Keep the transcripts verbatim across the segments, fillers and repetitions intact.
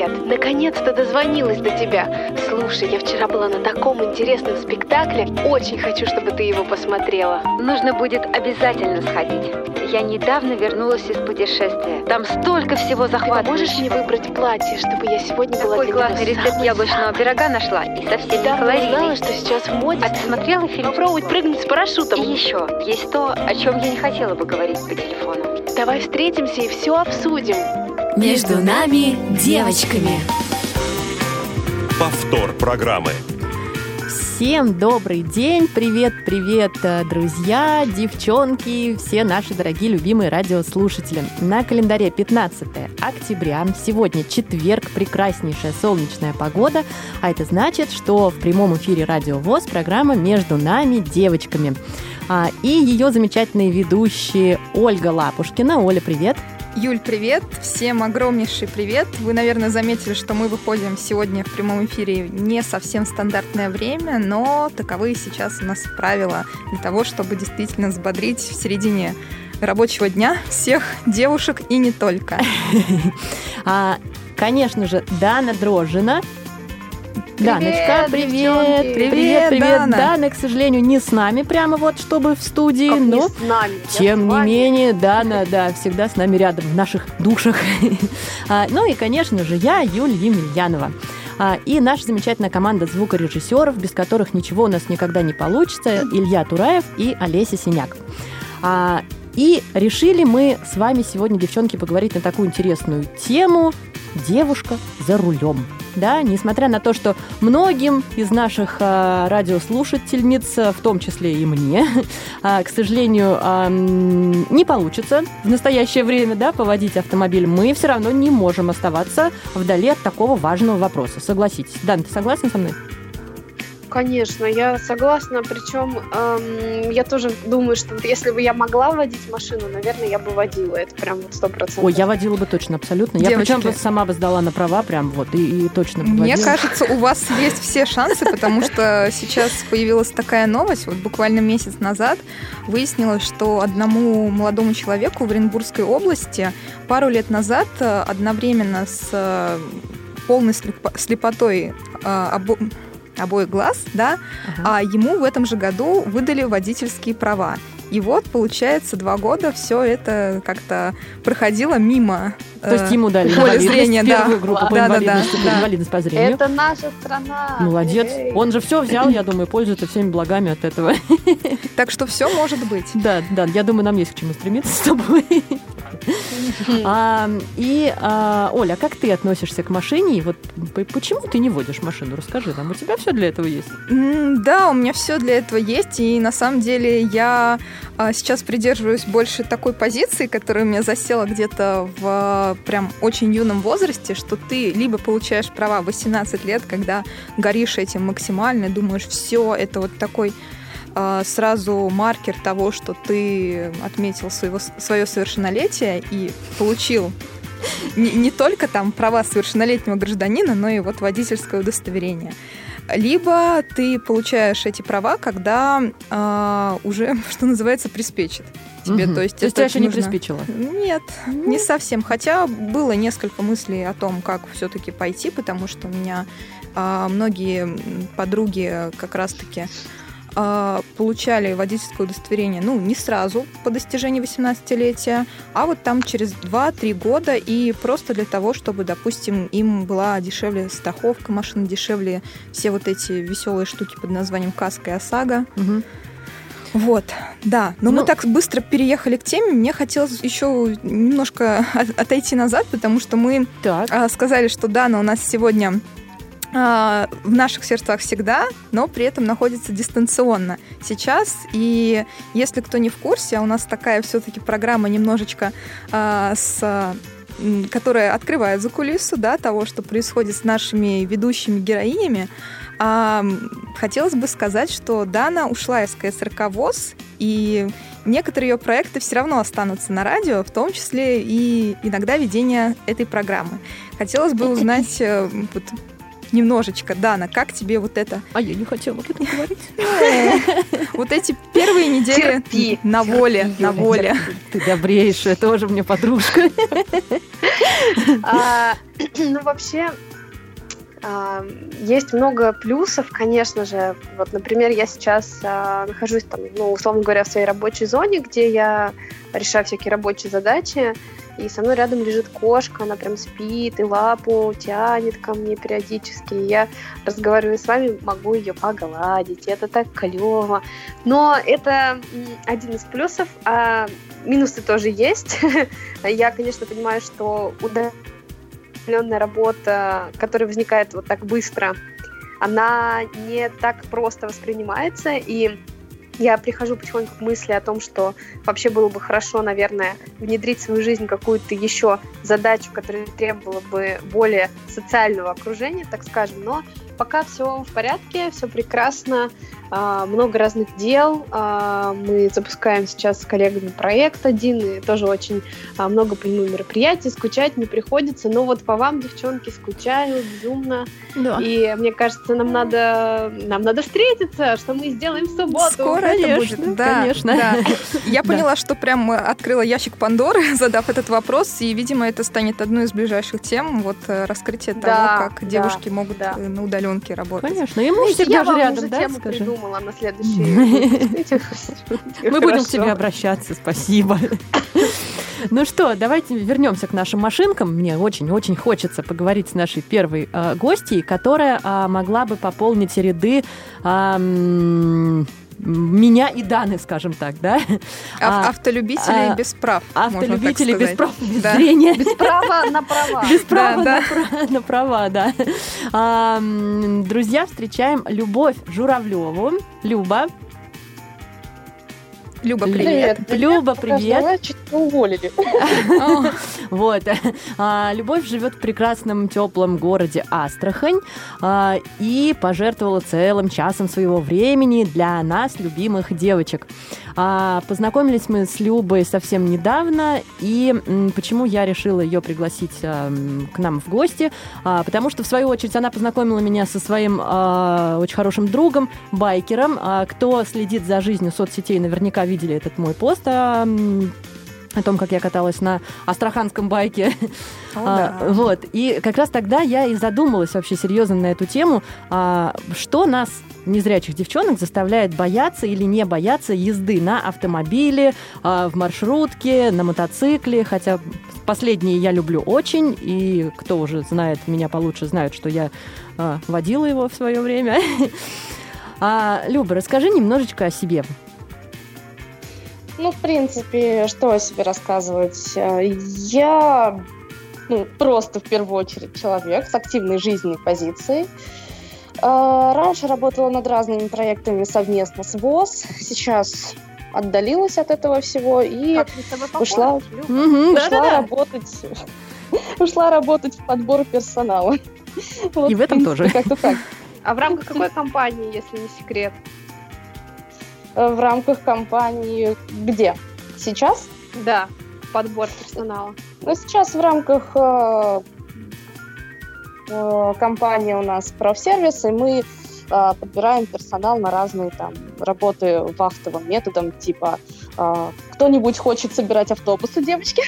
привет! Наконец-то дозвонилась до тебя. Слушай, я вчера была на таком интересном спектакле. Очень хочу, чтобы ты его посмотрела. Нужно будет обязательно сходить. Я недавно вернулась из путешествия. Там столько всего захватывающего. Ты можешь мне выбрать платье, чтобы я сегодня была Такой для классный тебя рецепт самой яблочного самой. пирога нашла. И совсем Да, не калорийный. знала, что сейчас в моде. А ты смотрела фильм? Попробовать прыгнуть с парашютом. И еще есть то, о чем я не хотела бы говорить по телефону. Давай встретимся и все обсудим. Между нами девочками. Повтор программы. Всем добрый день, привет-привет, друзья, девчонки, все наши дорогие любимые радиослушатели. На календаре пятнадцатое октября, сегодня четверг, прекраснейшая солнечная погода, а это значит, что в прямом эфире Радио ВОС программа «Между нами девочками». И ее замечательные ведущие Ольга Лапушкина. Оля, привет! Юль, привет! Всем огромнейший привет! Вы, наверное, заметили, что мы выходим сегодня в прямом эфире не совсем стандартное время, но таковы сейчас у нас правила для того, чтобы действительно взбодрить в середине рабочего дня всех девушек и не только. Конечно же, Дана Дрожжина. Привет, Даночка, привет, девчонки. привет, Привет, привет. Дана. Дана, к сожалению, не с нами прямо вот, чтобы в студии, Как но не с нами, тем я не менее, Дана, да, всегда с нами рядом, в наших душах. А, ну и, конечно же, я, Юлия Емельянова. А, и наша замечательная команда звукорежиссеров, без которых ничего у нас никогда не получится, Илья Тураев и Олеся Синяк. А, и решили мы с вами сегодня, девчонки, поговорить на такую интересную тему «Девушка за рулем». Да, несмотря на то, что многим из наших а, радиослушательниц, в том числе и мне, а, к сожалению, а, не получится в настоящее время, да, поводить автомобиль, мы все равно не можем оставаться вдали от такого важного вопроса. Согласитесь. Дан, ты согласна со мной? Конечно, я согласна, причем эм, я тоже думаю, что если бы я могла водить машину, наверное, я бы водила, это прям вот сто процентов. Ой, я водила бы точно, абсолютно. Я Девочки, причем просто сама бы сдала на права прям вот и, и точно бы Мне водила. кажется, у вас есть все шансы, потому что сейчас появилась такая новость, вот буквально месяц назад выяснилось, что одному молодому человеку в Оренбургской области пару лет назад одновременно с полной слепотой обо... обоих глаз, да, ага. а ему в этом же году выдали водительские права. И вот, получается, два года все это как-то проходило мимо. То есть ему дали поле зрения, да. первую группу по да, инвалидности, да, да. инвалидность по зрению. Это наша страна. Молодец. Эй. Он же все взял, я думаю, пользуется всеми благами от этого. Так что все может быть. Да, да, я думаю, нам есть к чему стремиться с тобой. а, и, а, Оля, а как ты относишься к машине? И вот почему ты не водишь машину? Расскажи нам, у тебя все для этого есть? Да, у меня все для этого есть, и на самом деле я а, сейчас придерживаюсь больше такой позиции, которая у меня засела где-то в прям очень юном возрасте, что ты либо получаешь права в восемнадцать лет, когда горишь этим максимально, думаешь, все, это вот такой сразу маркер того, что ты отметил своего, свое совершеннолетие и получил не, не только там права совершеннолетнего гражданина, но и вот водительское удостоверение. Либо ты получаешь эти права, когда э, уже, что называется, приспичит тебе. Угу. То есть, То есть тебя еще нужно... не приспичило? Нет, mm. не совсем. Хотя было несколько мыслей о том, как все-таки пойти, потому что у меня э, многие подруги как раз-таки получали водительское удостоверение, ну, не сразу по достижении восемнадцатилетия, а вот там через два-три года, и просто для того, чтобы, допустим, им была дешевле страховка машины, дешевле все вот эти веселые штуки под названием каска и ОСАГО. Угу. Вот, да. Но ну, мы так быстро переехали к теме. Мне хотелось еще немножко отойти назад, потому что мы так. сказали, что Дана у нас сегодня в наших сердцах всегда, но при этом находится дистанционно сейчас. И если кто не в курсе, а у нас такая все-таки программа немножечко а, с... которая открывает закулису, да, того, что происходит с нашими ведущими героинями, а, хотелось бы сказать, что Дана ушла из ка эс эр ка ВОС, и некоторые ее проекты все равно останутся на радио, в том числе и иногда ведение этой программы. Хотелось бы узнать... Вот, немножечко, Дана, как тебе вот это? А я не хотела об этом говорить. Вот эти первые недели на воле, на воле. Ты добрейшая, тоже мне подружка. Ну, вообще, э, есть много плюсов, конечно же. Вот, например, я сейчас э, нахожусь, там, ну, условно говоря, в своей рабочей зоне, где я решаю всякие рабочие задачи, и со мной рядом лежит кошка, она прям спит и лапу тянет ко мне периодически. И я разговариваю с вами, могу ее погладить, это так клево. Но это один из плюсов, а минусы тоже есть. Я, конечно, понимаю, что удаленная работа, которая возникает вот так быстро, она не так просто воспринимается, и я прихожу потихоньку к мысли о том, что вообще было бы хорошо, наверное, внедрить в свою жизнь какую-то еще задачу, которая требовала бы более социального окружения, так скажем. Но пока все в порядке, все прекрасно, много разных дел. Мы запускаем сейчас с коллегами проект один, и тоже очень много по нему мероприятий, скучать не приходится. Но вот по вам, девчонки, скучаю безумно. Да. И мне кажется, нам надо, нам надо встретиться, что мы сделаем в субботу. Скоро конечно, это будет. Да, конечно. Да. Я поняла, что прям открыла ящик Пандоры, задав этот вопрос, и, видимо, это станет одной из ближайших тем, вот раскрытие того, да, как девушки да, могут да. на удаленке работать. Конечно, и муж всегда же рядом, да, тему скажи. Придумала на следующий. Мы будем к тебе обращаться, спасибо. Ну что, давайте вернемся к нашим машинкам. Мне очень-очень хочется поговорить с нашей первой э, гостьей, которая э, могла бы пополнить ряды э, меня и Даны, скажем так, да? А, автолюбителей а, без прав. Автолюбителей без прав, без да. зрения. Без права на права. Без права да, на, да. на права, да. А, друзья, встречаем Любовь Журавлеву. Люба. Люба, привет. привет. Люба, привет. Чуть не уволили. Вот. Любовь живет в прекрасном теплом городе Астрахань и пожертвовала целым часом своего времени для нас, любимых девочек. Познакомились мы с Любой совсем недавно, и почему я решила ее пригласить к нам в гости? Потому что, в свою очередь, она познакомила меня со своим очень хорошим другом, байкером. Кто следит за жизнью соцсетей, наверняка видели этот мой пост о, о том, как я каталась на астраханском байке. О, да. а, вот. И как раз тогда я и задумалась вообще серьезно на эту тему, а, что нас, незрячих девчонок, заставляет бояться или не бояться езды на автомобиле, а, в маршрутке, на мотоцикле, хотя последние я люблю очень, и кто уже знает меня получше, знает, что я а, водила его в свое время. А, Люба, расскажи немножечко о себе. Ну, в принципе, что о себе рассказывать? Я ну, просто, в первую очередь, человек с активной жизненной позицией. Раньше работала над разными проектами совместно с ВОС. Сейчас отдалилась от этого всего и ушла, угу, ушла, да-да-да. работать, ушла работать в подбор персонала. Вот, и в этом принципе, тоже. Как-то так. А в рамках какой компании, если не секрет? В рамках компании где? Сейчас? Да, подбор персонала. Ну, сейчас в рамках э, э, компании у нас профсервис, и мы э, подбираем персонал на разные там работы вахтовым методом, типа э, кто-нибудь хочет собирать автобусы, девочки?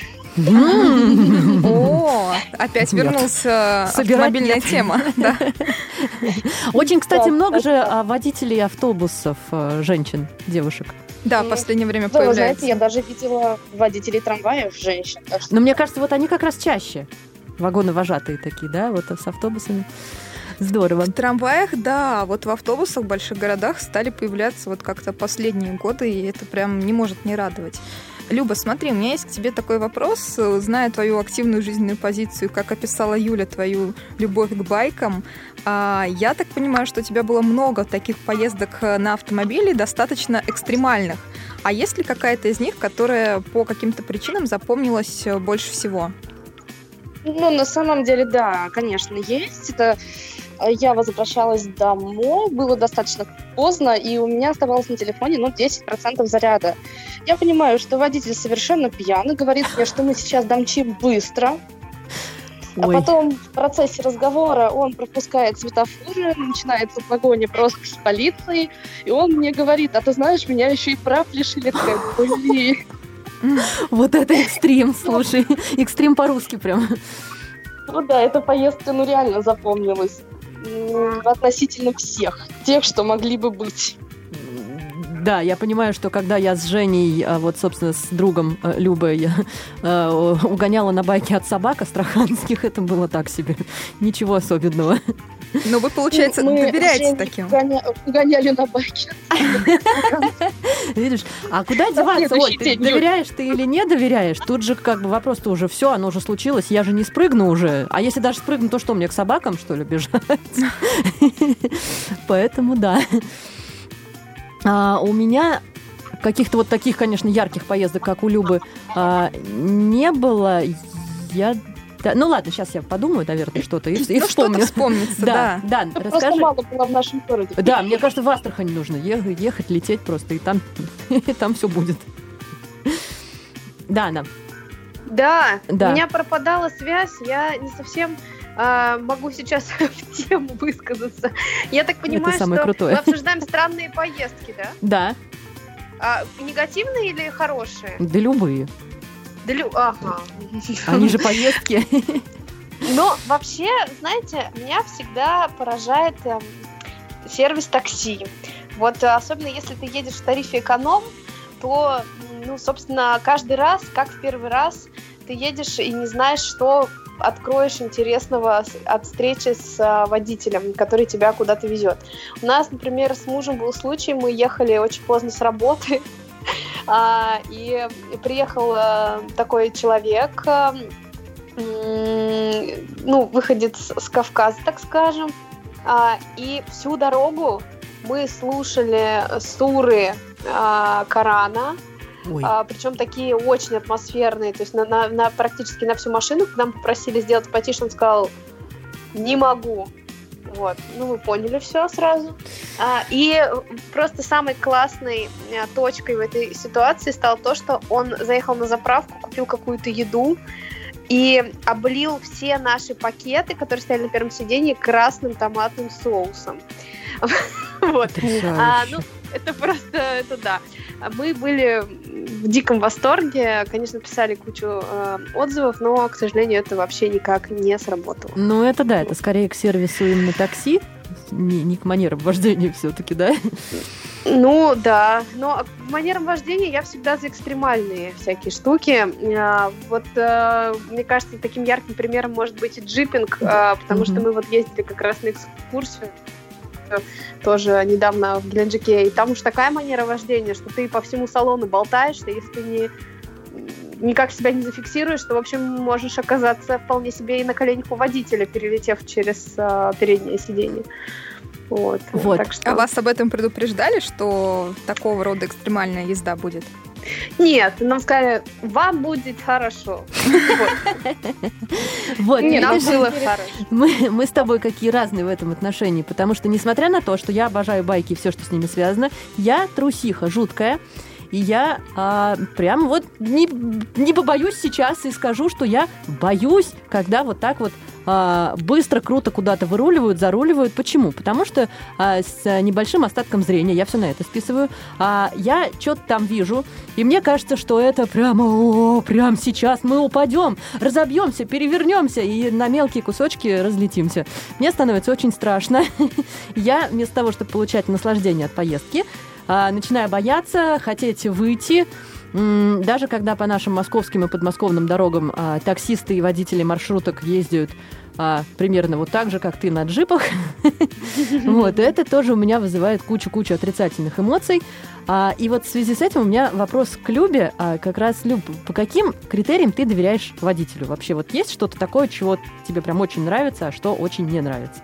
О, опять вернулся автомобильная тема. Очень, кстати, много же водителей автобусов, женщин, девушек. Да, в последнее время Да, вы появляется. знаете, я даже видела водителей трамваев женщин. так что- Но мне кажется, вот они как раз чаще. Вагоны-вожатые такие, да, вот с автобусами. Здорово. В трамваях, да, вот в автобусах в больших городах стали появляться вот как-то последние годы, и это прям не может не радовать. Люба, смотри, у меня есть к тебе такой вопрос. Зная твою активную жизненную позицию, как описала Юля твою любовь к байкам, я так понимаю, что у тебя было много таких поездок на автомобиле, достаточно экстремальных. А есть ли какая-то из них, которая по каким-то причинам запомнилась больше всего? Ну, на самом деле, да, конечно, есть. Это я возвращалась домой, было достаточно поздно, и у меня оставалось на телефоне, ну, десять процентов заряда. Я понимаю, что водитель совершенно пьяный, говорит мне, что мы сейчас домчим быстро. А Ой. потом в процессе разговора он пропускает светофоры, начинается погоня просто с полицией, и он мне говорит: а ты знаешь, меня еще и прав лишили. Такая, блин. Вот это экстрим, слушай. Экстрим по-русски прям. Ну да, эта поездка, ну, реально запомнилась. Относительно всех тех, что могли бы быть. Да, я понимаю, что когда я с Женей, вот, собственно, с другом Любой я, э, угоняла на байке от собак астраханских, это было так себе. Ничего особенного. Но вы, получается, Мы доверяете таким? Угоня... угоняли на байке. Видишь, а куда деваться, Оль? Ты доверяешь ты или не доверяешь? Тут же как бы вопрос-то уже все, оно уже случилось, я же не спрыгну уже. А если даже спрыгну, то что, мне к собакам, что ли, бежать? Поэтому да. А, у меня каких-то вот таких, конечно, ярких поездок, как у Любы, а, не было. Я... Да, ну ладно, сейчас я подумаю, наверное, что-то и, и ну, вспомню. Что-то вспомнится, да. Да, да, Это расскажи. просто мало было в нашем городе. Да, мне кажется, в Астрахань нужно ехать, ехать лететь просто, и там, и там все будет. Да, Анна. Да, Да. у меня пропадала связь, я не совсем а, могу сейчас в тему высказаться. Я так понимаю, самое что крутое. мы обсуждаем странные поездки, да? Да, А, негативные или хорошие? да любые. Да, лю- ага. Они же поездки. Но вообще, знаете, меня всегда поражает эм, сервис такси. Вот э, особенно если ты едешь в тарифе эконом, то, ну, собственно, каждый раз, как в первый раз, ты едешь и не знаешь, что откроешь интересного с- от встречи с э, водителем, который тебя куда-то везет. У нас, например, с мужем был случай, мы ехали очень поздно с работы, а, и приехал э, такой человек, э, м, ну, выходец с Кавказа, так скажем, а, и всю дорогу мы слушали суры а, Корана, Ой. а, причем такие очень атмосферные, то есть на, на- на- практически на всю машину, когда мы попросили сделать потише, он сказал: не могу. Вот, ну вы поняли все сразу. А, и просто самой классной а, точкой в этой ситуации стало то, что он заехал на заправку, купил какую-то еду и облил все наши пакеты, которые стояли на первом сиденье, красным томатным соусом. Вот. А, ну, это просто, это да. Мы были в диком восторге, конечно, писали кучу э, отзывов, но, к сожалению, это вообще никак не сработало. Ну, это да, это скорее к сервису именно такси, не, не к манерам вождения все-таки, да? Ну, да. Но в манерам вождения я всегда за экстремальные всякие штуки. А, Вот, э, мне кажется, таким ярким примером может быть и джипинг, а, потому Мгм. что мы вот ездили как раз на экскурсию тоже недавно в Геленджике, и там уж такая манера вождения, что ты по всему салону болтаешься, если ты не, никак себя не зафиксируешь, то, в общем, можешь оказаться вполне себе и на коленях у водителя, перелетев через а, переднее сиденье. Вот. Вот. Так что... А вас об этом предупреждали, что такого рода экстремальная езда будет? Нет, нам сказали, вам будет хорошо. Вот. Вот, Не, нам видишь, было хорошо. мы, мы с тобой какие разные в этом отношении, потому что, несмотря на то, что я обожаю байки и все, что с ними связано, я трусиха жуткая, и я а, прям вот не, не побоюсь сейчас и скажу, что я боюсь, когда вот так вот а, быстро, круто куда-то выруливают, заруливают. Почему? Потому что а, с небольшим остатком зрения, я все на это списываю, а, я что-то там вижу, и мне кажется, что это прямо, о, прям сейчас мы упадем, разобьемся, перевернемся и на мелкие кусочки разлетимся. Мне становится очень страшно. Я вместо того, чтобы получать наслаждение от поездки, а, начинаю бояться, хотеть выйти. М, Даже когда по нашим московским и подмосковным дорогам а, таксисты и водители маршруток ездят а, примерно вот так же, как ты на джипах, вот, это тоже у меня вызывает кучу-кучу отрицательных эмоций. А, И вот в связи с этим у меня вопрос к Любе. А, Как раз, Люб, по каким критериям ты доверяешь водителю? Вообще вот есть что-то такое, чего тебе прям очень нравится, а что очень не нравится?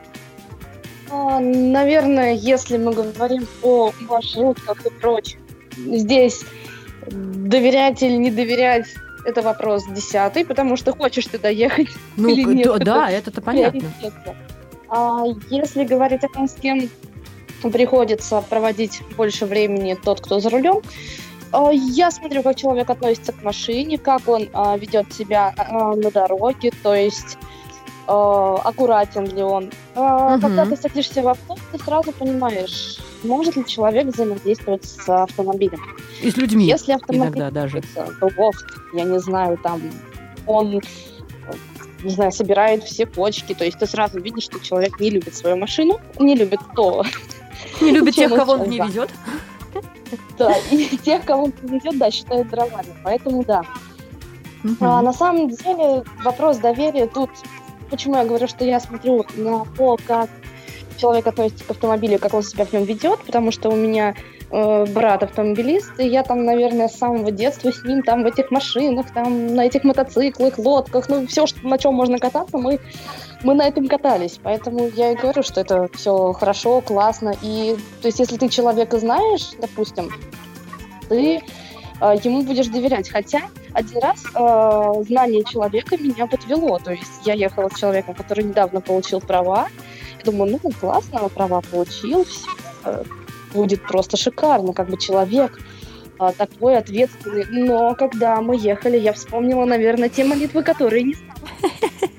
А, Наверное, если мы говорим о маршрутках и прочем, здесь доверять или не доверять — это вопрос десятый, потому что хочешь ты доехать Ну, или нет. д- да, это-то понятно. приоритетно. А если говорить о том, с кем приходится проводить больше времени тот, кто за рулем, а, я смотрю, как человек относится к машине, как он а, ведет себя а, на дороге, то есть а, аккуратен ли он. А, Мгм. Когда ты садишься в авто, ты сразу понимаешь, может ли человек взаимодействовать с автомобилем. И с людьми Если автомобиль иногда даже. двигается, то, ох, я не знаю, там он не знаю, собирает все почки. То есть ты сразу видишь, что человек не любит свою машину, не любит то. Не любит тех, кого он не везет. Да, и тех, кого он везет, да, считают дровами. Поэтому да. Uh-huh. А, на самом деле вопрос доверия тут... Почему я говорю, что я смотрю на то, как человек относится к автомобилю, как он себя в нем ведет, потому что у меня э, брат автомобилист, и я там, наверное, с самого детства с ним там в этих машинах, там на этих мотоциклах, лодках, ну все, что, на чем можно кататься, мы, мы на этом катались. Поэтому я и говорю, что это все хорошо, классно. И то есть если ты человека знаешь, допустим, ты э, ему будешь доверять. Хотя один раз э, знание человека меня подвело. То есть я ехала с человеком, который недавно получил права. Я думаю, ну, классно, права получил, все э, будет просто шикарно, как бы человек э, такой ответственный. Но когда мы ехали, я вспомнила, наверное, те молитвы, которые не знала.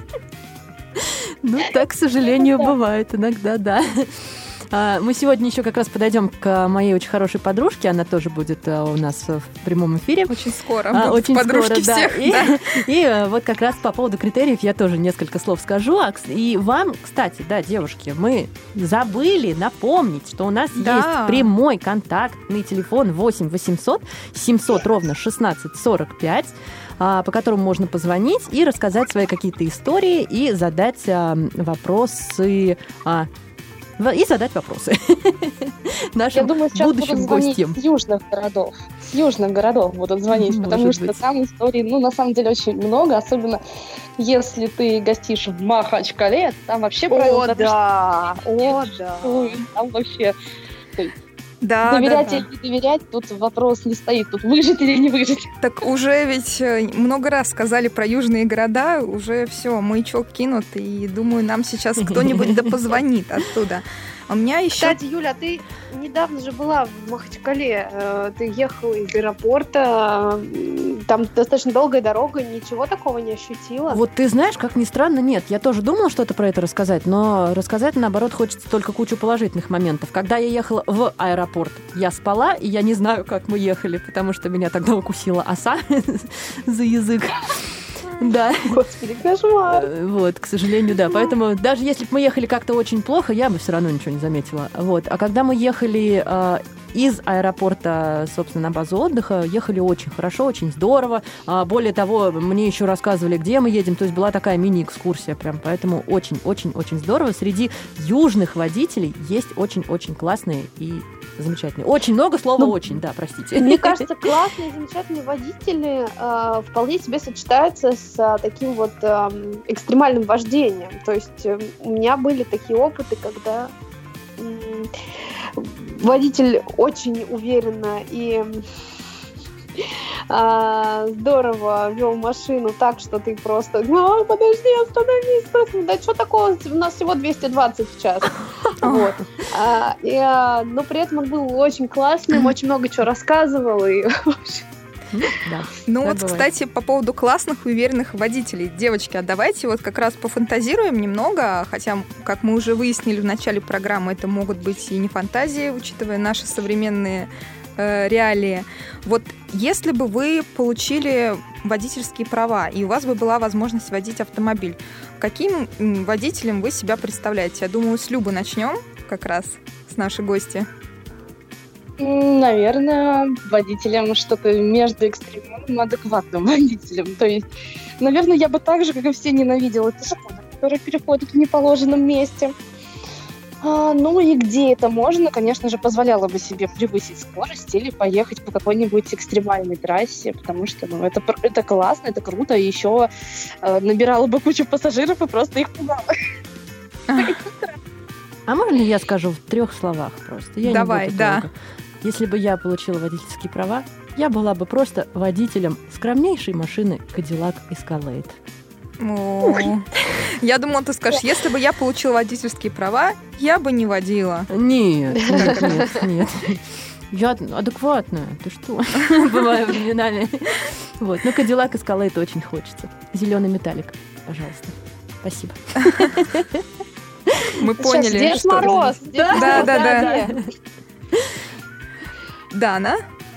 Ну, так, к сожалению, бывает иногда, да. Мы сегодня еще как раз подойдем к моей очень хорошей подружке. Она тоже будет у нас в прямом эфире. Очень скоро а, будут очень подружки скоро, всех. Да. И, да. и вот как раз по поводу критериев я тоже несколько слов скажу. И вам, кстати, да, девушки, мы забыли напомнить, что у нас да. есть прямой контактный телефон восемь восемьсот семьсот ровно шестнадцать сорок пять, по которому можно позвонить и рассказать свои какие-то истории и задать вопросы... И задать вопросы нашим Я думаю, сейчас будущим будут звонить гостям. С южных городов. С южных городов будут звонить, Может потому быть. что там историй, ну, на самом деле, очень много, особенно если ты гостишь в Махачкале, там вообще правила... О, да, о, да. Там вообще... Да, доверять да, или не доверять, тут вопрос не стоит. Тут выжить или не выжить. Так уже ведь много раз сказали про южные города, уже все, маячок кинут, и думаю, нам сейчас кто-нибудь да позвонит оттуда. А у меня еще... Кстати, Юля, ты недавно же была в Махачкале, ты ехала из аэропорта, там достаточно долгая дорога, ничего такого не ощутила? Вот ты знаешь, как ни странно, нет. Я тоже думала что-то про это рассказать, но рассказать, наоборот, хочется только кучу положительных моментов. Когда я ехала в аэропорт, я спала, и я не знаю, как мы ехали, потому что меня тогда укусила оса за язык. Да. Господи, кошмар. Вот, к сожалению, да. Поэтому даже если бы мы ехали как-то очень плохо, я бы все равно ничего не заметила. Вот. А когда мы ехали э, из аэропорта, собственно, на базу отдыха, ехали очень хорошо, очень здорово. А, более того, мне еще рассказывали, где мы едем. То есть была такая мини-экскурсия прям. Поэтому очень-очень-очень здорово. Среди южных водителей есть очень-очень классные и замечательные. Очень много слова ну, «очень», да, простите. Мне кажется, классные, замечательные водители э, вполне себе сочетаются с э, таким вот э, экстремальным вождением. То есть э, у меня были такие опыты, когда э, водитель очень уверенно и э, здорово вел машину так, что ты просто «А, подожди, остановись, просто, да что такого, у нас всего двести двадцать в час». Вот. А, и, а, но при этом он был очень классным, очень много чего рассказывал. И, да, ну вот, бывает. Кстати, по поводу классных и уверенных водителей. Девочки, а давайте вот как раз пофантазируем немного, хотя, как мы уже выяснили в начале программы, это могут быть и не фантазии, учитывая наши современные э, реалии. Вот если бы вы получили водительские права, и у вас бы была возможность водить автомобиль, каким водителем вы себя представляете? Я думаю, с Любы начнем как раз, с нашей гости. Наверное, водителем что-то между экстремальным и адекватным водителем. То есть, наверное, я бы так же, как и все, ненавидела пешеходов, которые переходят в неположенном месте. А, ну и где это можно, конечно же, позволяла бы себе превысить скорость или поехать по какой-нибудь экстремальной трассе, потому что ну, это, это классно, это круто, и еще э, набирала бы кучу пассажиров и просто их пугала. А можно я скажу в трех словах просто? Я Давай, не буду да. долго. Если бы я получила водительские права, я была бы просто водителем скромнейшей машины Cadillac Escalade. О, я думала, ты скажешь, если бы я получила водительские права, я бы не водила. Нет, нет, нет, нет. Я адекватная, ты что? Бываю временами. Вот, но Cadillac Escalade очень хочется. Зеленый металлик, пожалуйста. Спасибо. Мы поняли. Дед что... Мороз. Да, да, да. да. Дана?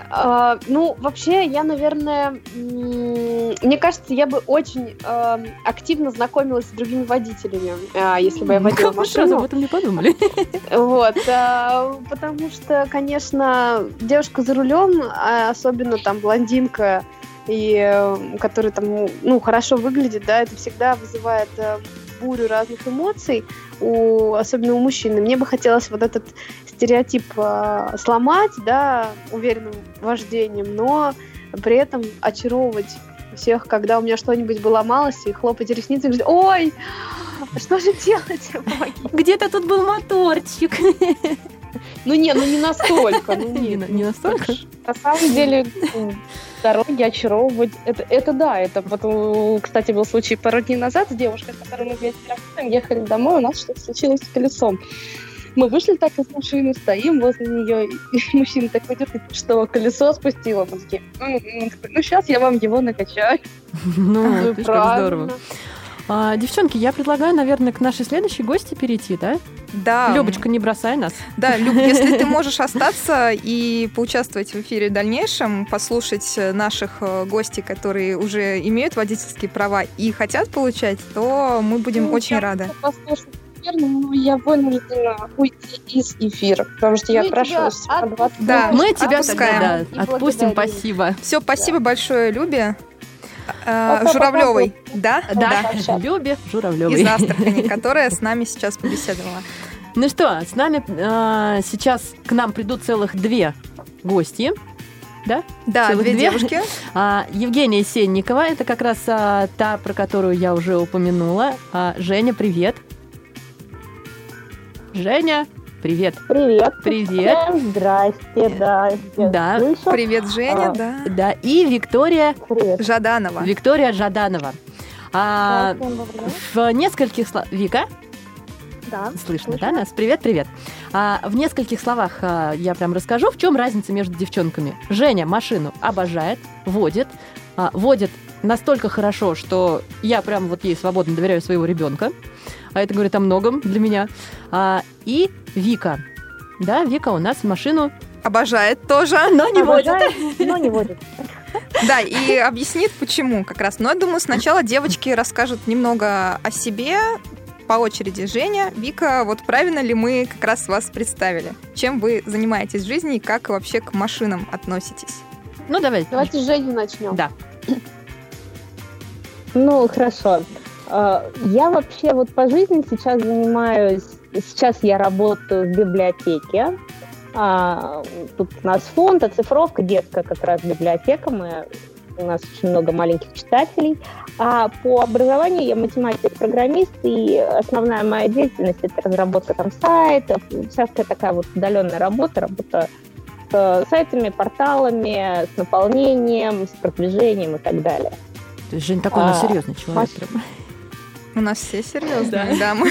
А, ну, вообще, я, наверное, м- мне кажется, я бы очень э, активно знакомилась с другими водителями, э, если бы я водила Как мы сразу об машину. этом не подумали. Вот, э, потому что, конечно, девушка за рулем, а особенно там блондинка, и э, которая там, ну, хорошо выглядит, да, это всегда вызывает э, бурю разных эмоций, у, особенно у мужчин. И мне бы хотелось вот этот стереотип э, сломать, да, уверенным вождением, но при этом очаровывать всех, когда у меня что-нибудь бы ломалось, и хлопать ресницами, и говорить: ой, что же делать? Помогите. Где-то тут был моторчик. Ну не, ну не настолько. Ну, Не нет, на- не ну, настолько? На самом деле, дороги очаровывать, это, это да, это вот, у- кстати, был случай пару дней назад с девушкой, с которой мы вместе работаем, ехали домой, у нас что-то случилось с колесом. Мы вышли так из машины, стоим возле нее, и мужчина такой идет, и что, колесо спустило? Мы такие: «М, м». Ну, сейчас я вам его накачаю. Ну, Ну, это ж как правильно. здорово. А, девчонки, я предлагаю, наверное, к нашей следующей гости перейти, да? Да, Любочка, не бросай нас. Да, Люб, если ты можешь остаться и поучаствовать в эфире в дальнейшем, послушать наших э, гостей, которые уже имеют водительские права и хотят получать, то мы будем Ну, очень я рады. Послушать эфир, но я вынуждена уйти из эфира, потому что я Мы отпрашиваюсь тебя на двадцать Да. Мы тебя Отпускаем. тогда, И да, отпустим, благодарим. спасибо. Все, спасибо большое, Любе. Э, Пока-пока. Журавлевой, да? Да, пообщаться. Любе Из Журавлевой. Астрахани, которая с нами сейчас побеседовала. Ну что, с нами э, сейчас к нам придут целых две гости. Да? Да, Целых две две. девушки. А, Евгения Сенникова, это как раз а, та, про которую я уже упомянула. А, Женя, привет. Женя, привет. Привет. Привет. Всем здрасте, да. я Да. слышу. Привет, Женя, А, да. Да, и Виктория, Привет. Жаданова. Виктория Жаданова. А, Да, всем добрый день. в нескольких словах... Вика, Да. слышно, слышу. да, нас? Привет, привет. А, в нескольких словах а, я прям расскажу, в чем разница между девчонками. Женя машину обожает, водит, а, водит настолько хорошо, что я прям вот ей свободно доверяю своего ребенка. А это говорит о многом для меня. А, и Вика. Да, Вика у нас машину, Обожает тоже. но не водит. Обожаю, но не водит. Да, и объяснит, почему как раз. Но я думаю, сначала девочки расскажут немного о себе, по очереди. Женя, Вика, вот правильно ли мы как раз вас представили? Чем вы занимаетесь в жизни и как вообще к машинам относитесь? Ну, давай. Давайте с Женей начнем. Да. Ну, хорошо. А, Я вообще вот по жизни сейчас занимаюсь, сейчас я работаю в библиотеке. А, Тут у нас фонд, оцифровка, детская как раз библиотека. Мы, у нас очень много маленьких читателей. А по образованию я математик-программист, и основная моя деятельность – это разработка там сайтов, всякая такая вот удаленная работа, работа с сайтами, порталами, с наполнением, с продвижением и так далее. То есть Жень такой у нас А, серьезный человек. Маш- прям. У нас все серьезные дамы.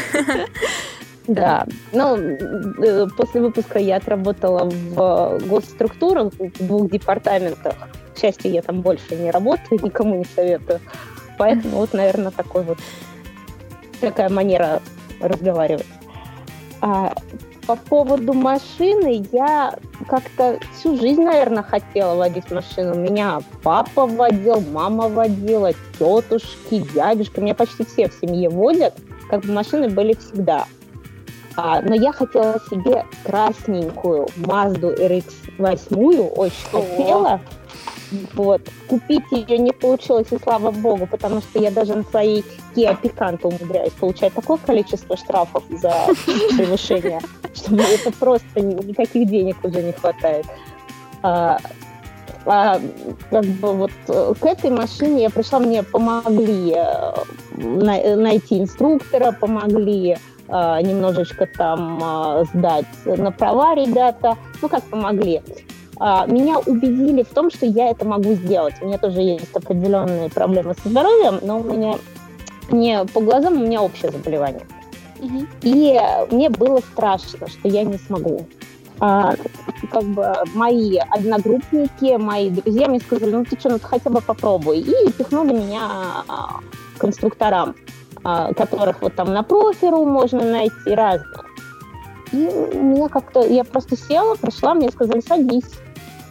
Да, ну, э, после выпуска я отработала в госструктурах, в двух департаментах. К счастью, я там больше не работаю, никому не советую. Поэтому вот, наверное, такой вот такая манера разговаривать. А по поводу машины, я как-то всю жизнь, наверное, хотела водить машину. Меня папа водил, мама водила, тетушки, дядюшка. Меня почти все в семье водят, как бы машины были всегда. А, но я хотела себе красненькую Mazda эр икс восемь, очень хотела. Вот. Купить ее не получилось, и слава богу, потому что я даже на своей Kia Picanto умудряюсь получать такое количество штрафов за превышение, что мне это просто никаких денег уже не хватает. А, а, как бы вот к этой машине я пришла, мне помогли э, на- найти инструктора, помогли э, немножечко там э, сдать на права ребята, ну как помогли. А, меня убедили в том, что я это могу сделать. У меня тоже есть определенные проблемы со здоровьем, но у меня не по глазам, у меня общее заболевание. Мгм. И мне было страшно, что я не смогу. А, как бы мои одногруппники, мои друзья мне сказали: ну ты что, ну ты хотя бы попробуй. И пихнули меня а, к инструкторам, а, которых вот там на профиру можно найти разных. И меня как-то, я просто села, пришла, мне сказали: садись.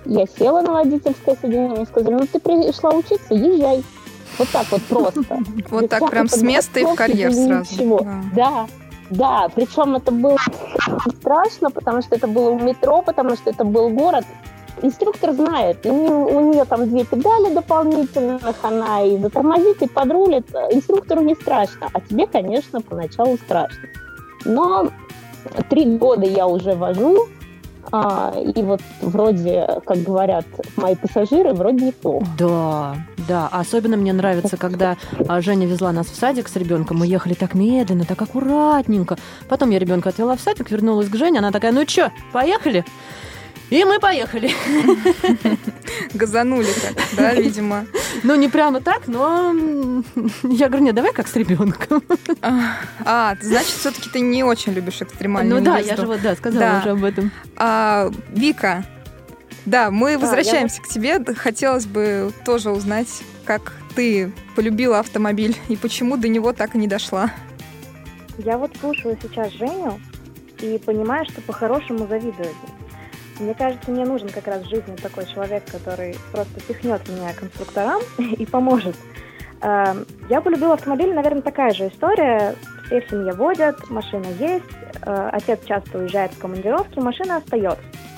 Я села на водительское сиденье, мне сказали, ну ты пришла учиться, езжай. Вот так вот просто. Вот так прям с места и в карьер сразу. Да, да, причем это было страшно, потому что это было у метро, потому что это был город. Инструктор знает, у нее там две педали дополнительных, она и затормозит, и подрулит. Инструктору не страшно, а тебе, конечно, поначалу страшно. Но три года я уже вожу, а, и вот вроде, как говорят мои пассажиры, вроде неплохо. Да, да. Особенно мне нравится, когда Женя везла нас в садик с ребенком, мы ехали так медленно, так аккуратненько. Потом я ребенка отвела в садик, вернулась к Жене, она такая, ну что, поехали? И мы поехали. Газанули так, да, видимо. Ну, не прямо так, но я говорю, нет, давай как с ребенком. А, значит, все-таки ты не очень любишь экстремальную езду. Ну да, езду. я же вот, да, сказала да. уже об этом. А, Вика, да, мы возвращаемся я... к тебе. Хотелось бы тоже узнать, как ты полюбила автомобиль и почему до него так и не дошла. Я вот слушаю сейчас Женю и понимаю, что по-хорошему завидую. Мне кажется, мне нужен как раз в жизни такой человек, который просто пихнет меня конструкторам и поможет. Я полюбила автомобиль, наверное, такая же история. Все в семье водят, машина есть, отец часто уезжает в командировки, машина остается.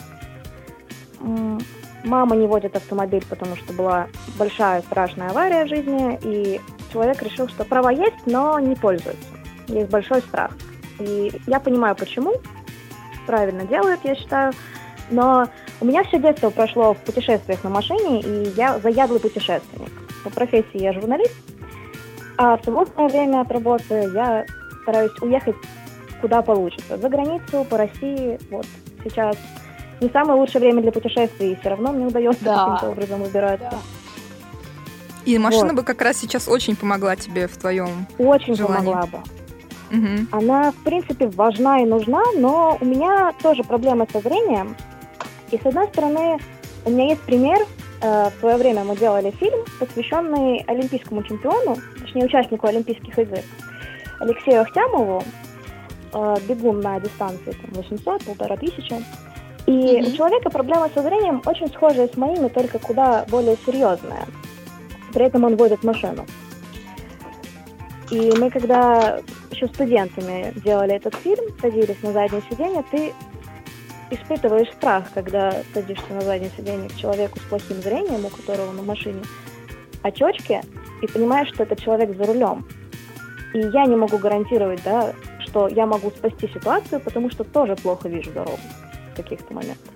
Мама не водит автомобиль, потому что была большая страшная авария в жизни, и человек решил, что права есть, но не пользуется. Есть большой страх. И я понимаю, почему. Правильно делает, я считаю. Но у меня все детство прошло в путешествиях на машине, и я заядлый путешественник. По профессии я журналист, а в свободное время от работы я стараюсь уехать куда получится. За границу, по России. Вот сейчас не самое лучшее время для путешествий, и все равно мне удается да. каким-то образом выбираться. Да. И машина вот. бы как раз сейчас очень помогла тебе в твоем Очень желании. помогла бы. Угу. Она, в принципе, важна и нужна, но у меня тоже проблемы со зрением. И, с одной стороны, у меня есть пример. В свое время мы делали фильм, посвященный олимпийскому чемпиону, точнее, участнику Олимпийских игр, Алексею Ахтямову, бегун на дистанции там, восемьсот, полтора тысячи. И mm-hmm. у человека проблема со зрением очень схожая с моими, только куда более серьезная. При этом он водит машину. И мы, когда еще студентами делали этот фильм, садились на заднее сиденье, ты испытываешь страх, когда садишься на заднее сиденье к человеку с плохим зрением, у которого на машине очечки, и понимаешь, что это человек за рулем. И я не могу гарантировать, да, что я могу спасти ситуацию, потому что тоже плохо вижу дорогу в каких-то моментах.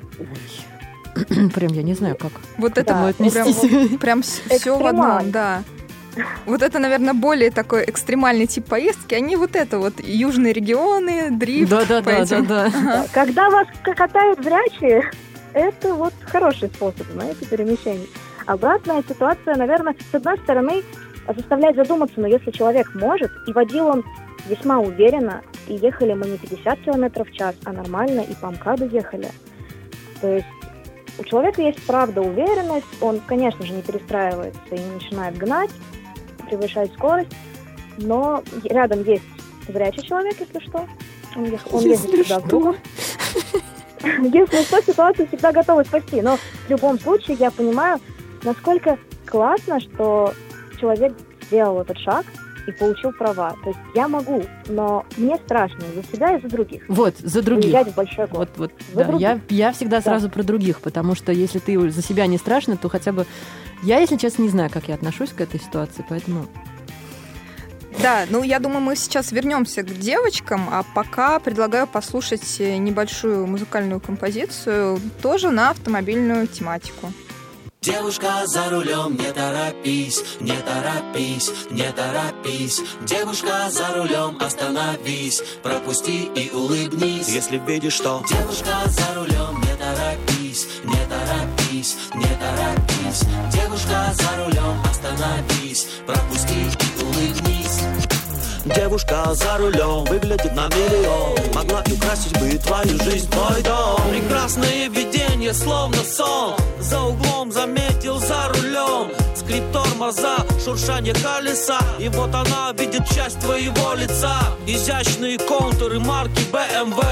Ой. Прям я не знаю, как. Вот это да, прям, прям все в одном, да. Вот это, наверное, более такой экстремальный тип поездки. Они вот это вот, южные регионы, дрифт. Да-да-да. Ага. Когда вас катают зрячие, это вот хороший способ, знаете, перемещений. Обратная ситуация, наверное, с одной стороны, заставляет задуматься, но если человек может, и водил он весьма уверенно, и ехали мы не пятьдесят километров в час, а нормально, и по МКАДу ехали. То есть у человека есть, правда, уверенность, он, конечно же, не перестраивается и не начинает гнать, превышать скорость, но рядом есть зрячий человек, если что. Он, ех... он ездит всегда в другом. Если что, ситуацию всегда готовы спасти. Но в любом случае я понимаю, насколько классно, что человек сделал этот шаг и получил права. То есть я могу, но мне страшно за себя и за других. Вот, за других. Уезжать в большой город. Вот, вот, да. я, я всегда да. сразу про других, потому что если ты за себя не страшно, то хотя бы... Я, если честно, не знаю, как я отношусь к этой ситуации, поэтому... Да, ну я думаю, мы сейчас вернемся к девочкам, а пока предлагаю послушать небольшую музыкальную композицию, тоже на автомобильную тематику. Девушка за рулем, не торопись, не торопись, не торопись. Девушка за рулем, остановись, пропусти и улыбнись. Если видишь, что девушка за рулем, не торопись, не торопись, не торопись. Девушка за рулем, остановись, пропусти и улыбнись. Девушка за рулем выглядит на миллион, могла и украсить бы твою жизнь, твой дом. Прекрасное видение, словно сон, за углом заметил за рулем. Скрип тормоза, шуршание колеса, и вот она видит часть твоего лица. Изящные контуры марки бэ эм вэ, крутой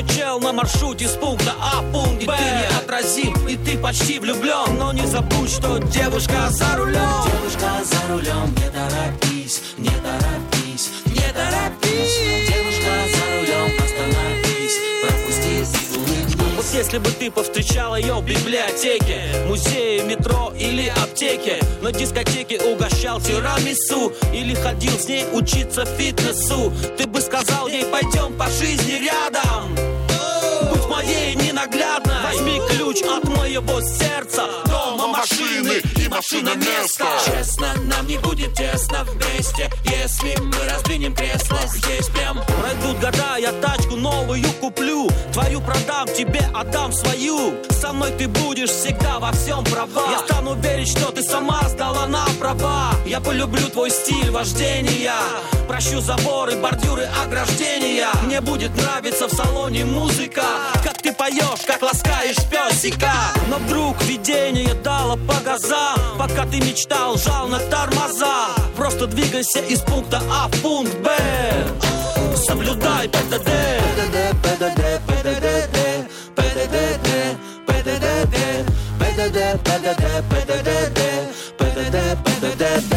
крутой чел на маршруте с пункта А в пункт Б. Ты неотразим, и ты почти влюблен, но не забудь, что девушка за рулем. Девушка за рулем, не торопись, не торопись, не торопись. Девушка за рулем, остановись, пропусти и улыбнись. Вот если бы ты повстречал ее в библиотеке, музее, метро или аптеке, на дискотеке угощал тирамису или ходил с ней учиться фитнесу, ты бы сказал ей: пойдем по жизни рядом, будь моей ненаглядной. Возьми ключ от моего сердца, дома, машины и машина место. Честно, нам не будет тесно вместе, если мы раздвинем кресло здесь прям. Пройдут года, я тачку новую куплю, твою продам, тебе отдам свою. Со мной ты будешь всегда во всем права. Я стану верить, что ты сама сдала на права. Я полюблю твой стиль вождения, прощу заборы, бордюры, ограждения. Мне будет нравиться в салоне музыка, как ты поешь, как ласкаешь песика. Но вдруг видение дало по газам, пока ты мечтал, жал на тормоза. Просто двигайся из пункта А в пункт Б, соблюдай ПДД. ПДД, ПДД, ПДД, ПДД, ПДД, ПДД, ПДД, ПДД, ПДД, ПДД.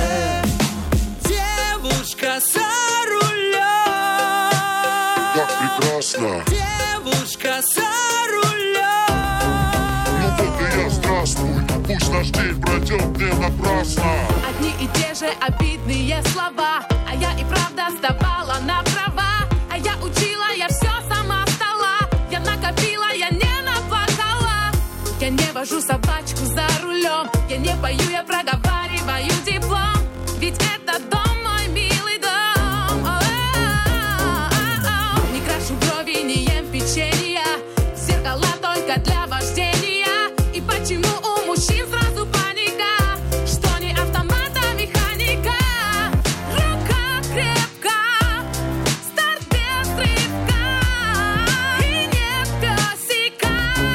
Девушка за рулем, как прекрасно. Девушка за рулем. Ну вот и я, здравствуй, пусть наш день пройдет не напрасно. Одни и те же обидные слова, а я и правда сдавала на права. А я учила, я все сама стала, я накопила, я не наплакала. Я не вожу собачку за рулем, я не пою, я проговариваю диплом. Ведь это дом, мой милый дом. О-о-о-о-о. Не крашу брови, не ем печенья, зеркала только для вождения. И почему у мужчин сразу паника, что не автомат, а механика? Рука крепка, старт без рывка, и нет песика.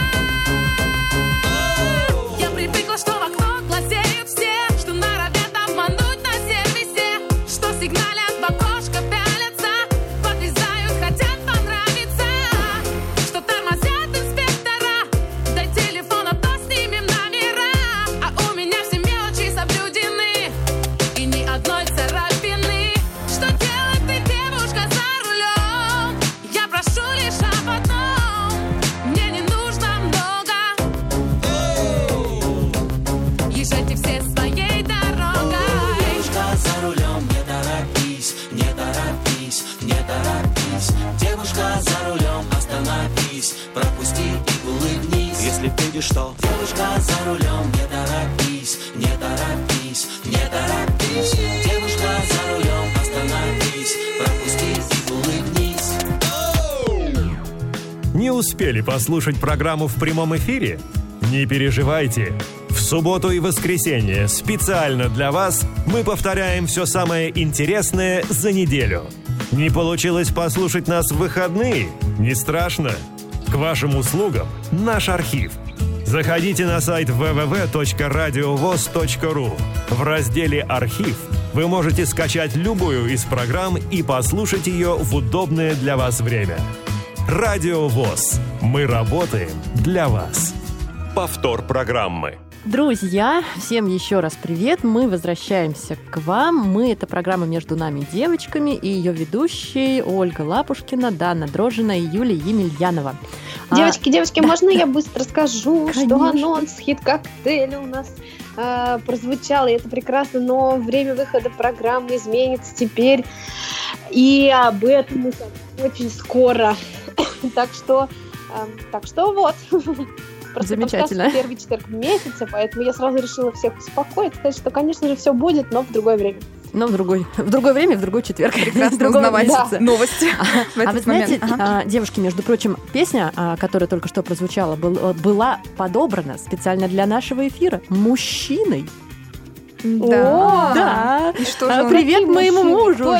Я привыкла, что в окно глазеют все, что норовят обмануть на сервисе, что сигналят в окошко, пялятся, подлезают, хотят понравиться, что тормозят инспектора, дай телефон, а то снимем номера. А у меня все мелочи соблюдены, и ни одной царапины. Что делать ты, девушка, за рулем? Я прошу лишь об одном, мне не нужно много. Езжайте все своей дорогой. Девушка за рулем, не торопись, не торопись, не торопись. Девушка за рулем, остановись, пропусти и улыбнись. Если видишь, что девушка за рулем, не торопись, не торопись, не торопись. Девушка за рулем, остановись, пропусти и улыбнись. Не успели послушать программу в прямом эфире? Не переживайте. В субботу и воскресенье специально для вас мы повторяем все самое интересное за неделю. Не получилось послушать нас в выходные? Не страшно. К вашим услугам наш архив. Заходите на сайт дабл ю дабл ю дабл ю точка радиовоз точка ру. В разделе «Архив» вы можете скачать любую из программ и послушать ее в удобное для вас время. Радио ВОС. Мы работаем для вас. Повтор программы. Друзья, всем еще раз привет. Мы возвращаемся к вам. Мы — это программа «Между нами девочками» и ее ведущие Ольга Лапушкина, Дана Дрожина и Юлия Емельянова. Девочки, а, девочки, да. можно я быстро скажу, Конечно. что анонс хит-коктейля у нас э, прозвучал, и это прекрасно, но время выхода программы изменится теперь, и об этом мы очень скоро. Так что, э, так что вот. Просто замечательно. Первый четверг месяца, поэтому я сразу решила всех успокоить, сказать, что, конечно же, все будет, но в другое время. Но в другой, в другое время, в другой четверг. Прекрасно узнавать да. новости в А вы этот момент. знаете, Ага. девушки, между прочим, песня, которая только что прозвучала, был- была подобрана специально для нашего эфира мужчиной. Да. Да. И что же он? Привет Какие моему мужчины? мужу, Кто этот Жене.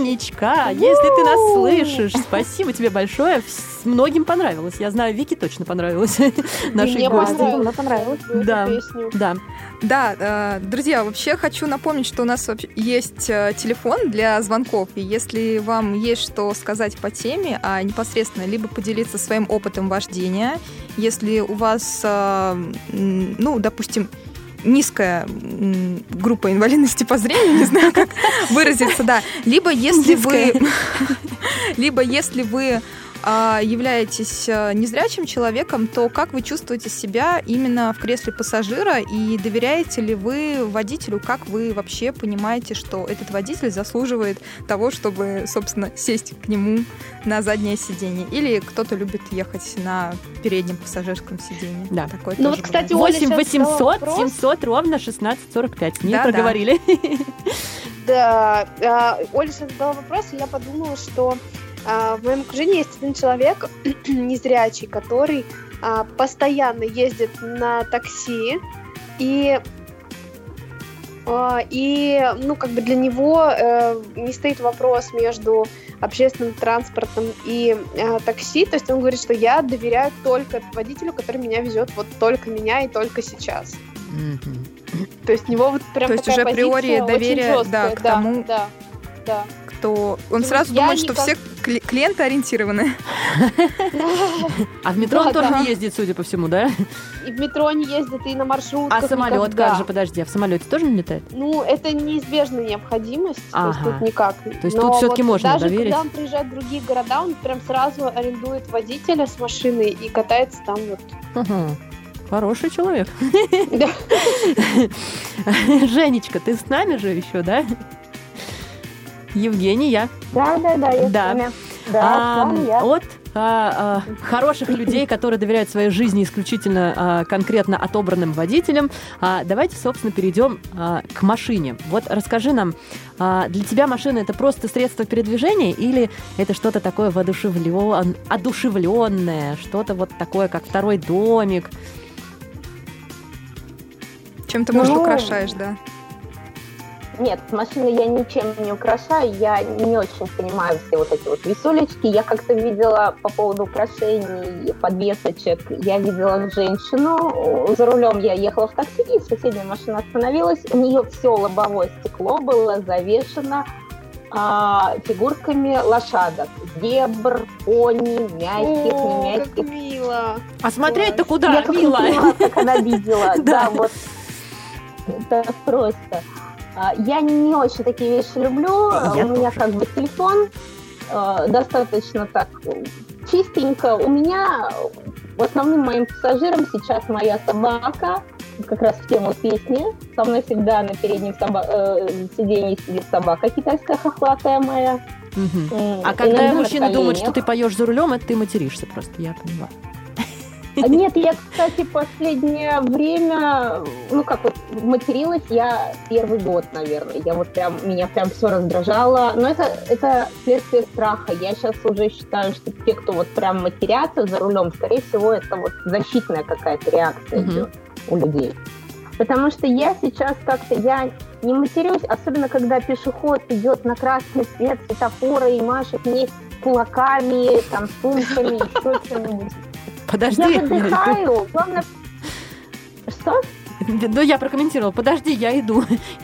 Женечка, если ты нас слышишь, спасибо тебе большое. Многим понравилось. Я знаю, Вике точно понравилось. Нашей гости. Мне понравилось да. песню. Да. Да, друзья, вообще хочу напомнить, что у нас есть телефон для звонков, и если вам есть что сказать по теме, а непосредственно либо поделиться своим опытом вождения, если у вас, ну, допустим, низкая группа инвалидности по зрению, не знаю, как выразиться, да, либо если вы, либо если вы являетесь незрячим человеком, то как вы чувствуете себя именно в кресле пассажира и доверяете ли вы водителю, как вы вообще понимаете, что этот водитель заслуживает того, чтобы, собственно, сесть к нему на заднее сиденье, или кто-то любит ехать на переднем пассажирском сиденье. Да. Такое ну тоже вот, кстати, бывает. восемь восемьсот семьсот ровно шестнадцать сорок пять. Не да, проговорили. Да, да. Оля сейчас задала вопрос, и я подумала, что в моем окружении есть один человек незрячий, который а, постоянно ездит на такси, и, а, и ну, как бы для него а, не стоит вопрос между общественным транспортом и а, такси. То есть он говорит, что я доверяю только водителю, который меня везет вот только меня и только сейчас. Mm-hmm. То есть у него вот прям То такая есть уже априори доверие да, к тому, да, да. кто... Он То сразу я думает, что никак... все клиенты ориентированы. А в метро он Да, тоже да. не ездит, судя по всему, да? И в метро не ездит, и на маршрутках А самолет никогда. как же? Подожди, а в самолете тоже не летает? Ну, это неизбежная необходимость, то есть Ага. тут никак. То есть Но тут всё-таки вот можно даже доверить? когда он приезжает в другие города, он прям сразу арендует водителя с машиной и катается там вот. Ага. Хороший человек. Да. Женечка, ты с нами же еще, да? Евгения. Да, да, да, я Да. с вами. Да, А, с вами я. от а, а, хороших людей, которые доверяют своей жизни исключительно а, конкретно отобранным водителям, а, давайте, собственно, перейдем а, к машине. Вот расскажи нам, а, для тебя машина — это просто средство передвижения или это что-то такое воодушевлен... одушевленное, что-то вот такое, как второй домик? Чем ты, может, Ну, украшаешь, да? Нет, машины я ничем не украшаю, я не очень понимаю все вот эти вот висюлечки. Я как-то видела по поводу украшений, подвесочек, я видела женщину, за рулем я ехала в такси, и соседняя машина остановилась, у нее все лобовое стекло было завешено а, фигурками лошадок, зебр, пони, мягких, О, не мягких. как мило. А смотреть-то Я куда, как не милая? поняла, как она видела, Да. да, вот это просто. А, Я не очень такие вещи люблю. Я У меня тоже. как бы телефон э, достаточно так чистенько. У меня основным моим пассажиром сейчас моя собака. Как раз в тему песни. Со мной всегда на переднем соба- э, сиденье сидит собака китайская хохлатая моя. Мгм. М, А когда иногда на мужчина думает, что коленях. ты поешь за рулем, это ты материшься просто, я поняла. А Нет, я, кстати, последнее время, ну как вот, материлась я первый год, наверное. Я вот прям, меня прям все раздражало. Но это, это следствие страха. Я сейчас уже считаю, что те, кто вот прям матерятся за рулем, скорее всего, это вот защитная какая-то реакция Мгм. идет у людей. Потому что я сейчас как-то, я не матерюсь, особенно когда пешеход идет на красный свет светофора и машет мне кулаками, там, сумками, еще что-нибудь. Подожди. Я выдыхаю. Главное... Что? Ну, я прокомментировала. Подожди, я иду.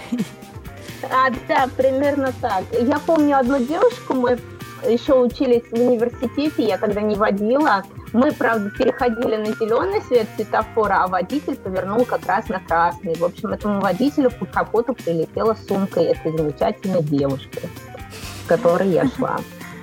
А, да, примерно так. Я помню одну девушку, мы еще учились в университете, я тогда не водила. Мы, правда, переходили на зеленый свет светофора, а водитель повернул как раз на красный. В общем, этому водителю по капоту прилетела сумка этой замечательной девушки, с которой я шла.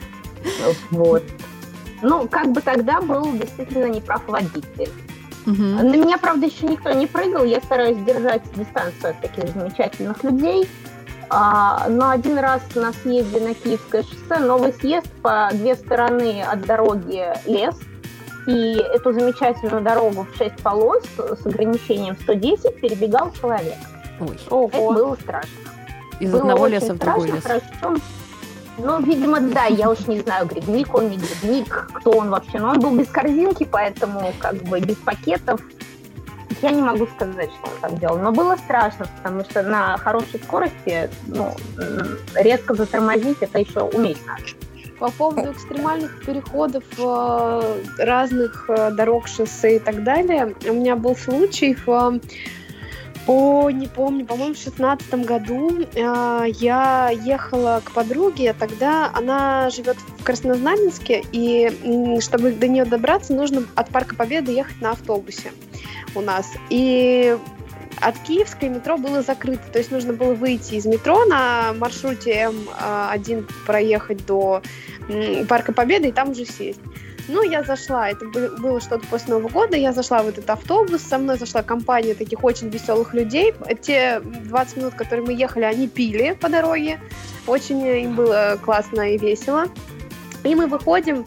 Вот. Ну, как бы тогда был действительно неправ водитель. Мгм. На меня, правда, еще никто не прыгал. Я стараюсь держать дистанцию от таких замечательных людей. А, но один раз на съезде на Киевское шоссе, новый съезд, по две стороны от дороги лес. И эту замечательную дорогу в шесть полос с ограничением сто десять перебегал человек. Ой, Это было страшно. из Было одного очень леса в другой страшно, лес. хорошо. Ну, видимо, да, я уж не знаю, грибник он, не грибник, кто он вообще. Но он был без корзинки, поэтому как бы без пакетов. я не могу сказать, что он так делал. Но было страшно, потому что на хорошей скорости ну, резко затормозить, это еще уметь надо. По поводу экстремальных переходов разных дорог, шоссе и так далее, у меня был случай в... О, не помню, по-моему, в шестнадцатом году э, я ехала к подруге, тогда она живет в Краснознаменске, и м, чтобы до нее добраться, нужно от Парка Победы ехать на автобусе у нас. И от Киевской метро было закрыто, то есть нужно было выйти из метро на маршруте эм один, проехать до м, Парка Победы и там уже сесть. Ну, я зашла, это было что-то после Нового года, я зашла в этот автобус, со мной зашла компания таких очень веселых людей. Те двадцать минут, которые мы ехали, они пили по дороге, очень им было классно и весело. И мы выходим,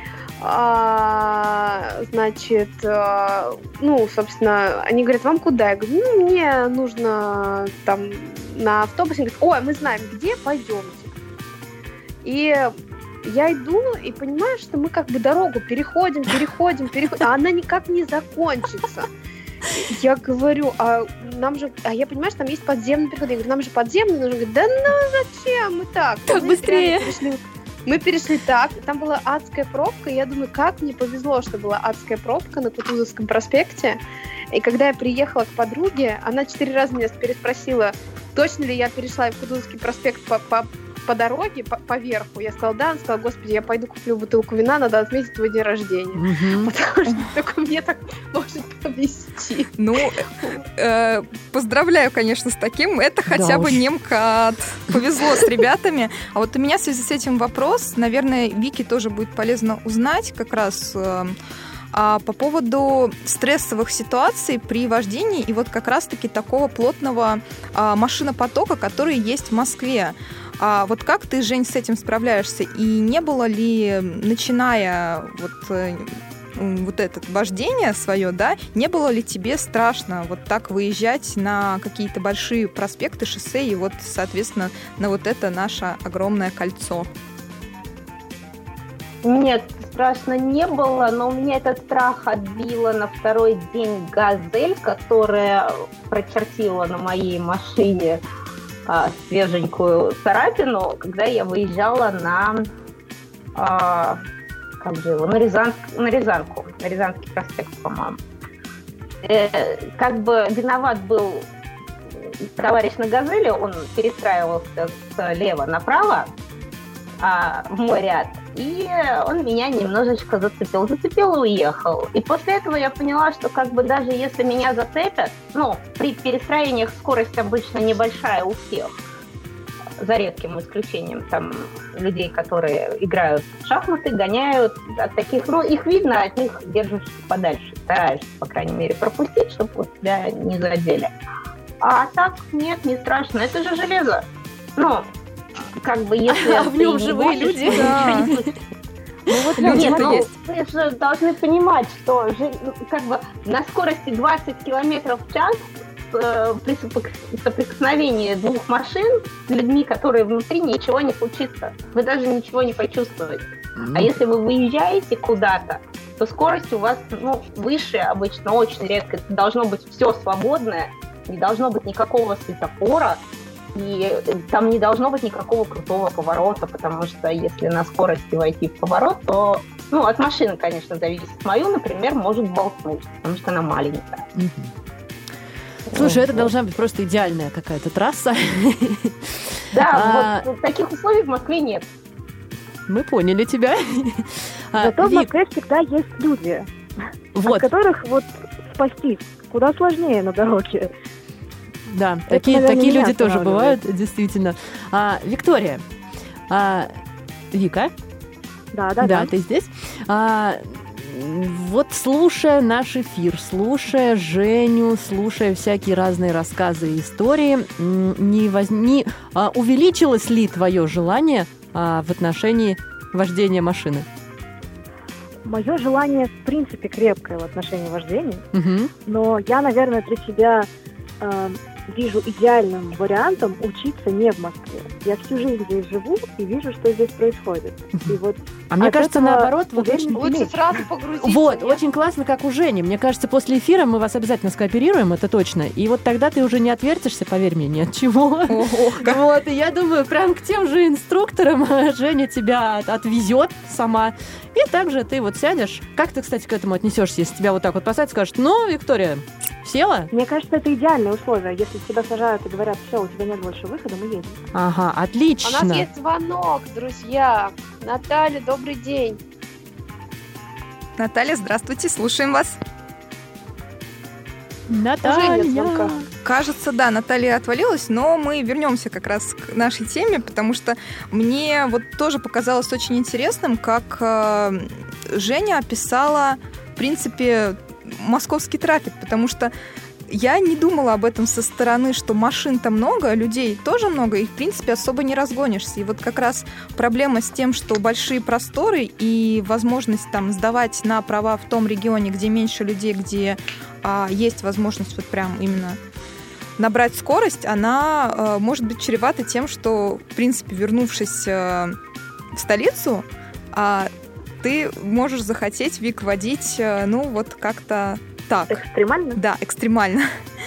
а, значит, а, ну, собственно, они говорят, вам куда? Я говорю, ну, мне нужно там на автобусе. Они говорят, ой, мы знаем, где, пойдемте. И... Я иду и понимаю, что мы как бы дорогу переходим, переходим, переходим, а она никак не закончится. Я говорю, а нам же... А я понимаю, что там есть подземный переход. Я говорю, нам же подземный нужно. Говорит, да ну зачем? Мы так. Так мы быстрее. Перешли, мы перешли так. Там была адская пробка. И я думаю, как мне повезло, что была адская пробка на Кутузовском проспекте. И когда я приехала к подруге, она четыре раза меня переспросила, точно ли я перешла в Кутузовский проспект по... по по дороге, по, по верху. Я сказала, да, она сказала, господи, я пойду куплю бутылку вина, надо отметить твой день рождения. Mm-hmm. Потому что только мне так может повезти. Ну, э, поздравляю, конечно, с таким. Это хотя да бы уж. Не МКАД. Повезло с ребятами. А вот у меня в связи с этим вопрос, наверное, Вике тоже будет полезно узнать как раз... Э, А по поводу стрессовых ситуаций при вождении и вот как раз-таки такого плотного а, машинопотока, который есть в Москве. А вот как ты, Жень, с этим справляешься? И не было ли, начиная вот, вот это вождение свое, да, не было ли тебе страшно вот так выезжать на какие-то большие проспекты, шоссе и вот, соответственно, на вот это наше огромное кольцо? Нет, страшно не было, но у меня этот страх отбила на второй день «Газель», которая прочертила на моей машине а, свеженькую царапину, когда я выезжала на, а, как же его, на, Рязанск, на Рязанку, на Рязанский проспект, по-моему. Э, как бы виноват был товарищ на «Газели», он перестраивался слева направо а, в мой ряд. И он меня немножечко зацепил. Зацепил и уехал. И после этого я поняла, что как бы даже если меня зацепят, ну, при перестроениях скорость обычно небольшая у всех, за редким исключением там людей, которые играют в шахматы, гоняют от таких, ну, их видно, от них держишься подальше, стараешься, по крайней мере, пропустить, чтобы вот тебя не задели. А так, нет, не страшно, это же железо. Ну, как бы если... А в нем живые люди. Да. Ну вот люди, ну, вы же должны понимать, что как бы на скорости двадцать километров в час э, при соприкосновении двух машин с людьми, которые внутри, ничего не случится. Вы даже ничего не почувствуете. Mm-hmm. А если вы выезжаете куда-то, то скорость у вас ну, выше обычно, очень редко. Это должно быть все свободное, не должно быть никакого светофора. И там не должно быть никакого крутого поворота, потому что если на скорости войти в поворот, то, ну, от машины, конечно, зависит. Мою, например, может болтнуть, потому что она маленькая. Угу. Слушай, это должна быть просто идеальная какая-то трасса. Да, вот таких условий в Москве нет. Мы поняли тебя. Зато в Москве всегда есть люди, от которых вот спастись куда сложнее на дороге. Да, это, такие, наверное, такие люди тоже бывают, действительно. А, Виктория, а, Вика? Да, да, да. Да, ты здесь? А, вот слушая наш эфир, слушая Женю, слушая всякие разные рассказы и истории, не, воз... не а, увеличилось ли твое желание а, в отношении вождения машины? Мое желание, в принципе, крепкое в отношении вождения, угу. но я, наверное, для себя... вижу идеальным вариантом учиться не в Москве. Я всю жизнь здесь живу и вижу, что здесь происходит. И вот а мне кажется, наоборот, вот очень... Лучше сразу погрузиться. Вот, нет? очень классно, как у Жени. Мне кажется, после эфира мы вас обязательно скооперируем, это точно. И вот тогда ты уже не отвертишься, поверь мне, ни от чего. Вот, и я думаю, прям к тем же инструкторам Женя тебя отвезет сама. И также ты вот сядешь. Как ты, кстати, к этому отнесешься, если тебя вот так вот посадят, скажут: ну, Виктория, села? Мне кажется, это идеальные условия. Если тебя сажают и говорят: все, у тебя нет больше выхода, мы едем. Ага, отлично. У нас есть звонок, друзья. Наталья, добрый день. Наталья, здравствуйте, слушаем вас. Наталья. Кажется, да, Наталья отвалилась, но мы вернемся как раз к нашей теме, потому что мне вот тоже показалось очень интересным, как э, Женя описала, в принципе, московский трафик, потому что я не думала об этом со стороны, что машин-то много, людей тоже много, и, в принципе, особо не разгонишься. И вот как раз проблема с тем, что большие просторы и возможность там сдавать на права в том регионе, где меньше людей, где а, есть возможность вот прям именно набрать скорость, она а, может быть чревата тем, что, в принципе, вернувшись а, в столицу, а, ты можешь захотеть, Вик, водить, а, ну, вот как-то... Так. Экстремально? Да, экстремально.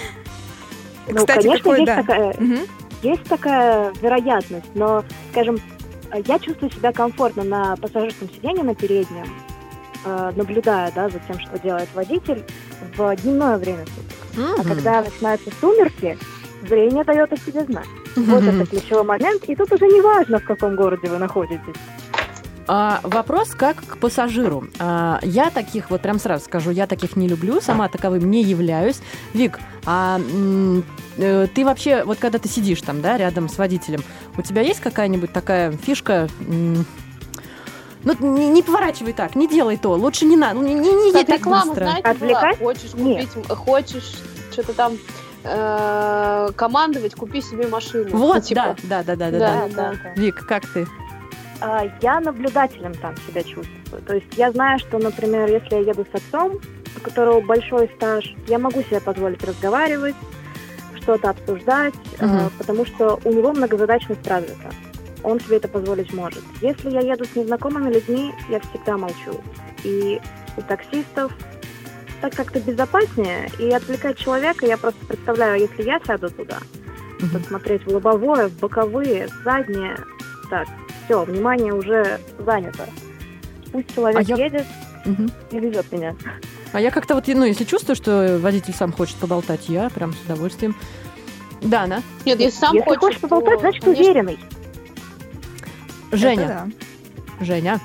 Ну, Кстати, конечно, какой, есть, да. такая, угу. есть такая вероятность, но, скажем, я чувствую себя комфортно на пассажирском сиденье, на переднем, наблюдая, да, за тем, что делает водитель в дневное время суток. Mm-hmm. А когда начинаются сумерки, зрение дает о себе знать. Mm-hmm. Вот это ключевой момент, и тут уже не важно, в каком городе вы находитесь. А, вопрос как к пассажиру. А, я таких, вот прям сразу скажу, я таких не люблю, сама таковым не являюсь. Вик, а м- э, ты вообще, вот когда ты сидишь там, да, рядом с водителем, у тебя есть какая-нибудь такая фишка? М- ну, не, не поворачивай так, не делай то, лучше не надо, не, не, не едь так реклама, быстро. знаете, Отвлекать? была, хочешь Нет. купить, хочешь что-то там э- командовать, купи себе машину. Вот, ну, типа. да, да, да, да, да, да, да. да. Вик, как ты? Я наблюдателем там себя чувствую. То есть я знаю, что, например, если я еду с отцом, у которого большой стаж, я могу себе позволить разговаривать, что-то обсуждать, uh-huh. потому что у него многозадачность развита. Он себе это позволить может. Если я еду с незнакомыми людьми, я всегда молчу. И у таксистов так как-то безопаснее, и отвлекать человека я просто представляю, если я сяду туда, uh-huh. посмотреть в лобовое, в боковые, в заднее, так, все, внимание уже занято. Пусть человек а я... едет угу. и везет меня. А я как-то вот, ну, если чувствую, что водитель сам хочет поболтать, я прям с удовольствием. Да, Анна? Нет, если сам если хочет, хочешь поболтать, то, значит, конечно... уверенный. Женя. Да. Женя.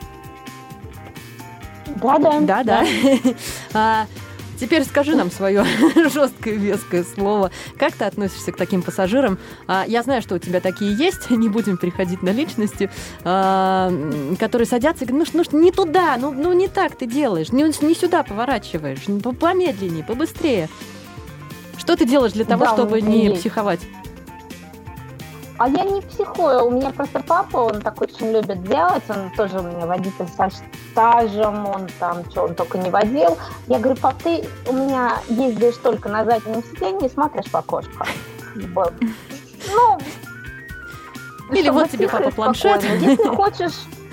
Да-да. Да-да. а, теперь скажи нам свое жесткое веское слово. Как ты относишься к таким пассажирам? А, я знаю, что у тебя такие есть, не будем переходить на личности, а, которые садятся и говорят: ну, ну не туда, ну, ну не так ты делаешь, не, не сюда поворачиваешь, помедленнее, побыстрее. Что ты делаешь для того, да, чтобы не есть. психовать? А я не психую, у меня просто папа, он так очень любит делать, он тоже у меня водитель со стажем, он там, что он только не водил. Я говорю: пап, ты у меня ездишь только на заднем сиденье и смотришь в окошко. Ну, или вот тебе папа планшет. Если хочешь...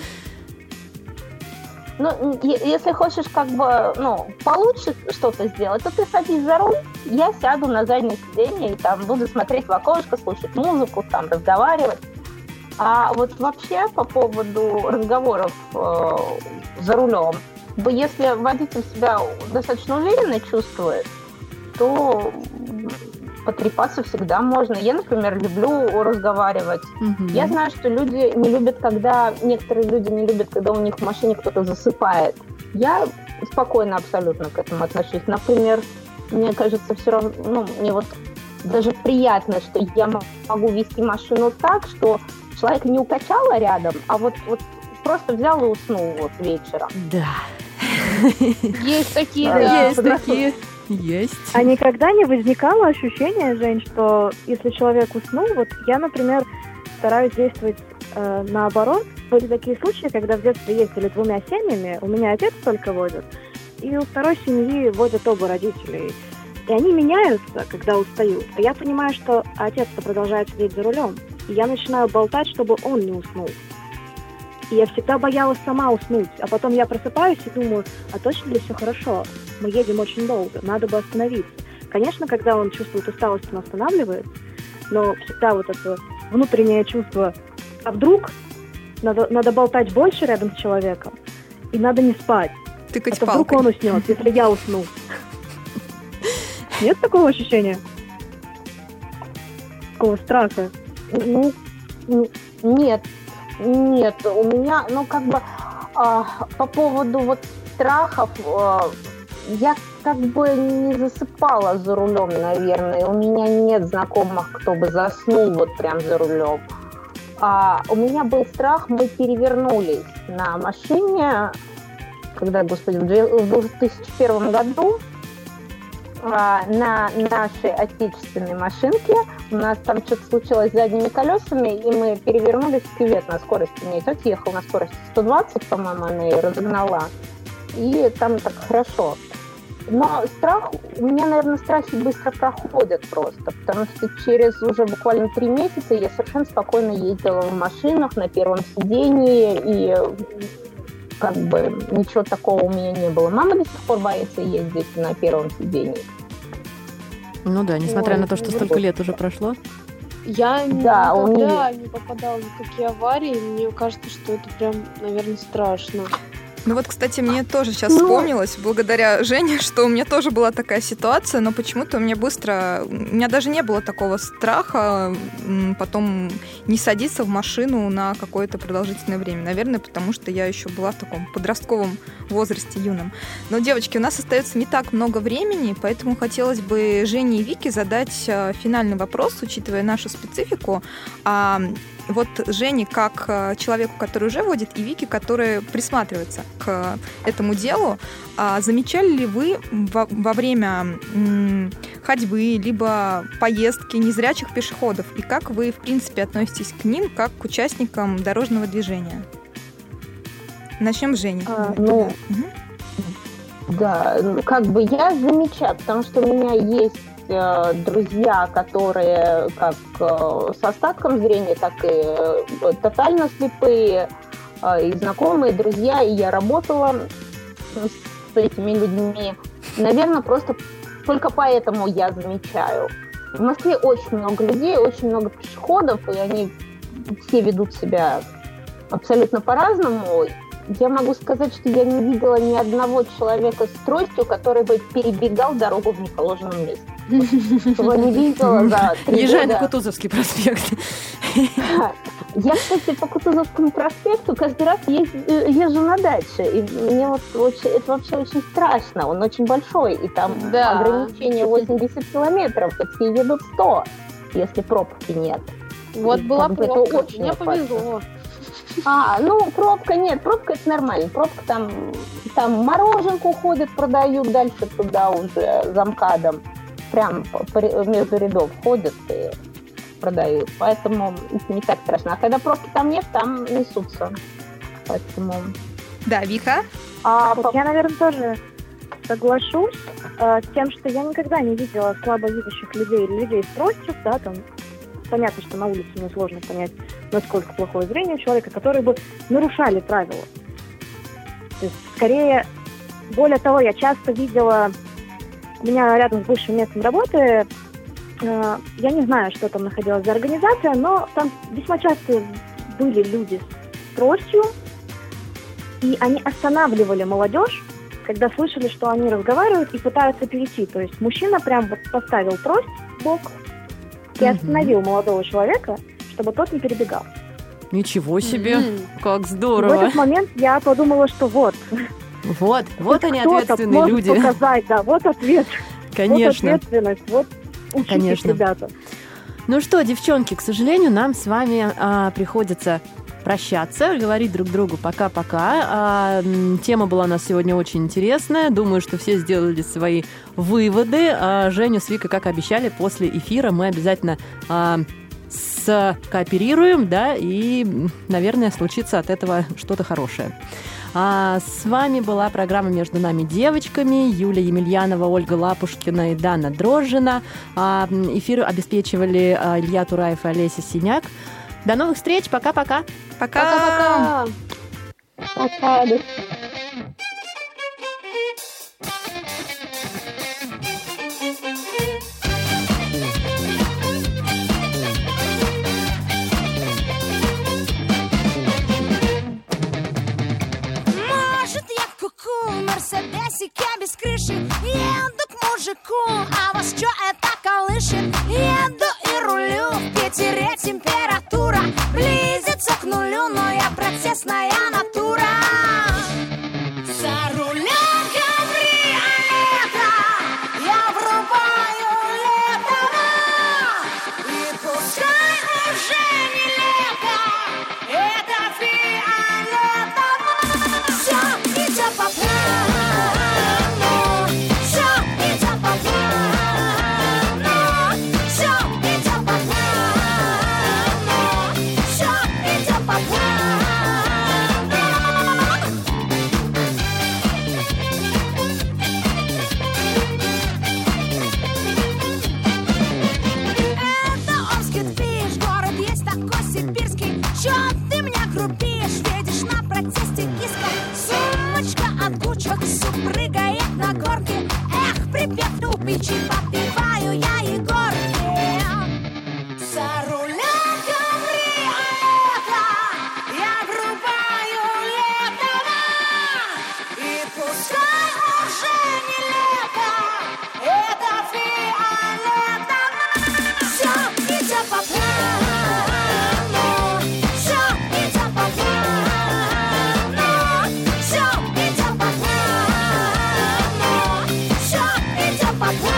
Ну, если хочешь как бы, ну, получше что-то сделать, то ты садись за руль, я сяду на заднее сиденье и там буду смотреть в окошко, слушать музыку, там, разговаривать. А вот вообще по поводу разговоров э, за рулем, если водитель себя достаточно уверенно чувствует, то потрепаться всегда можно. Я, например, люблю разговаривать. Mm-hmm. Я знаю, что люди не любят, когда... Некоторые люди не любят, когда у них в машине кто-то засыпает. Я спокойно абсолютно к этому отношусь. Например, мне кажется, все равно... Ну, мне вот даже приятно, что я могу вести машину так, что человек не укачало рядом, а вот, вот просто взял и уснул вот вечером. Да. Есть такие, да. Есть такие. Есть. А никогда не возникало ощущение, Жень, что если человек уснул, вот я, например, стараюсь действовать э, наоборот. Были такие случаи, когда в детстве ездили двумя семьями, у меня отец только водит, и у второй семьи водят оба родителей. И они меняются, когда устают. А я понимаю, что отец-то продолжает сидеть за рулем. И я начинаю болтать, чтобы он не уснул. И я всегда боялась сама уснуть. А потом я просыпаюсь и думаю, а точно ли все хорошо? Мы едем очень долго, надо бы остановиться. Конечно, когда он чувствует усталость, он останавливает. Но всегда вот это внутреннее чувство, а вдруг надо, надо болтать больше рядом с человеком, и надо не спать. Тыкать а то вдруг он уснет, если я усну. Нет такого ощущения? Такого страха? Ну, нет. Нет, у меня, ну, как бы, э, по поводу вот страхов, э, я как бы не засыпала за рулем, наверное. У меня нет знакомых, кто бы заснул вот прям за рулем. А у меня был страх, мы перевернулись на машине, когда, господи, в две тысячи первом году, на нашей отечественной машинке. У нас там что-то случилось с задними колесами, и мы перевернулись в кювет на скорости. У меня тетя ехала на скорости сто двадцать, по-моему, она ее разогнала. И там так хорошо. Но страх, у меня, наверное, страхи быстро проходят просто, потому что через уже буквально три месяца я совершенно спокойно ездила в машинах на первом сидении, и как бы ничего такого у меня не было. Мама до сих пор боится ездить на первом сидении. Ну да, несмотря Ой, на то, что ну, столько лет уже прошло. Я Да, никогда у не попадала в такие аварии. Мне кажется, что это прям, наверное, страшно. Ну вот, кстати, мне тоже сейчас Ну. вспомнилось, благодаря Жене, что у меня тоже была такая ситуация, но почему-то у меня быстро... У меня даже не было такого страха м, потом не садиться в машину на какое-то продолжительное время. Наверное, потому что я еще была в таком подростковом возрасте юном. Но, девочки, у нас остается не так много времени, поэтому хотелось бы Жене и Вике задать э, финальный вопрос, учитывая нашу специфику. А, вот Жене как э, человеку, который уже водит, и Вике, который присматривается к этому делу, а замечали ли вы во, во время м, ходьбы либо поездки незрячих пешеходов, и как вы, в принципе, относитесь к ним как к участникам дорожного движения? Начнем с Жени. А, ну, да, ну, как бы я замечаю, потому что у меня есть э, друзья, которые как э, с остатком зрения, так и э, тотально слепые, э, и знакомые, друзья, и я работала с этими людьми. Наверное, просто только поэтому я замечаю. В Москве очень много людей, очень много пешеходов, и они все ведут себя абсолютно по-разному. Я могу сказать, что я не видела ни одного человека с тростью, который бы перебегал дорогу в неположенном месте. Его не видела за три года. Езжай на Кутузовский проспект. Я, кстати, по Кутузовскому проспекту каждый раз езжу на даче. И мне вот очень, это вообще очень страшно. Он очень большой, и там Да. ограничение восемьдесят километров, и все едут сто, если пробки нет. Вот И была как бы это пробка, очень мне опасно. повезло. А, ну, пробка нет, пробка это нормально. Пробка там, там мороженку ходят, продают дальше туда уже за МКАДом. Прям по- по- между рядов ходят и продают. Поэтому это не так страшно. А когда пробки там нет, там несутся. Поэтому... Да, Вика? А вот я, наверное, тоже соглашусь э, с тем, что я никогда не видела слабовидящих людей или людей с тростью, да, там, понятно, что на улице мне сложно понять, насколько плохое зрение у человека, которые бы нарушали правила. То есть, скорее, более того, я часто видела, у меня рядом с бывшим местом работы, э, я не знаю, что там находилась за организация, но там весьма часто были люди с тростью, и они останавливали молодежь, когда слышали, что они разговаривают и пытаются перейти. То есть мужчина прям вот поставил трость в бок и остановил молодого человека, чтобы тот не перебегал. Ничего себе, М. как И в здорово. этот момент я подумала, что вот. Вот, вот хоть они кто-то ответственные может люди. показать, да, вот ответ. Конечно. Вот ответственность, вот учитесь, Конечно. ребята. Ну что, девчонки, к сожалению, нам с вами а, приходится прощаться, говорить друг другу пока-пока. А, м, тема была у нас сегодня очень интересная. Думаю, что все сделали свои выводы. А, Женю с Викой, как обещали, после эфира мы обязательно а, скооперируем, да, и, наверное, случится от этого что-то хорошее. А с вами была программа «Между нами девочками». Юлия Емельянова, Ольга Лапушкина и Дана Дрожжина. А эфир обеспечивали Илья Тураев и Олеся Синяк. До новых встреч. Пока-пока. Пока. Пока. Мерседесике без крыши еду к мужику, а вас чё это колышет? Еду и рулю, в Питере температура близится к нулю, но я протестная натура. За рулем кабриолета я врубаю Летова, и пускай уже не лето, это фиолетово. Все идет по плану, все идет по плану, все идет по плану, все идет по плану. Это Омский движ, город есть такой сибирский. Чё ты меня грубишь, видишь на протесте киска? Сумочка от Гуччи прыгает на горке. Эх, припев тупичи, попиваю я Егорки. За рулем кабриолета я врубаю Летова, и пускай уже не лето, это фиолетово. Все идет по плану, все идет по плану, все идет по плану, все идет по плану.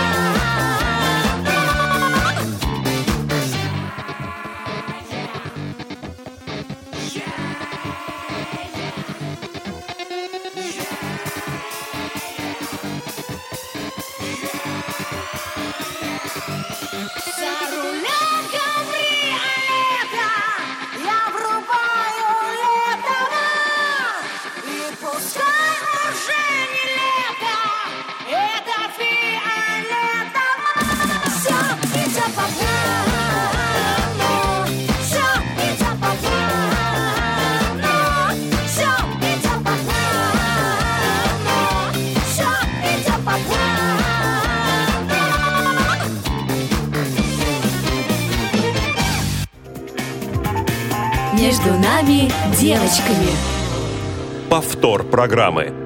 За рулем кабриолета я врубаю Летова, и пускай уже не лето, это фиолетово. Все идет по плану, все идет по плану, все идет по плану, все идет по плану. Между нами девочками. Повтор программы.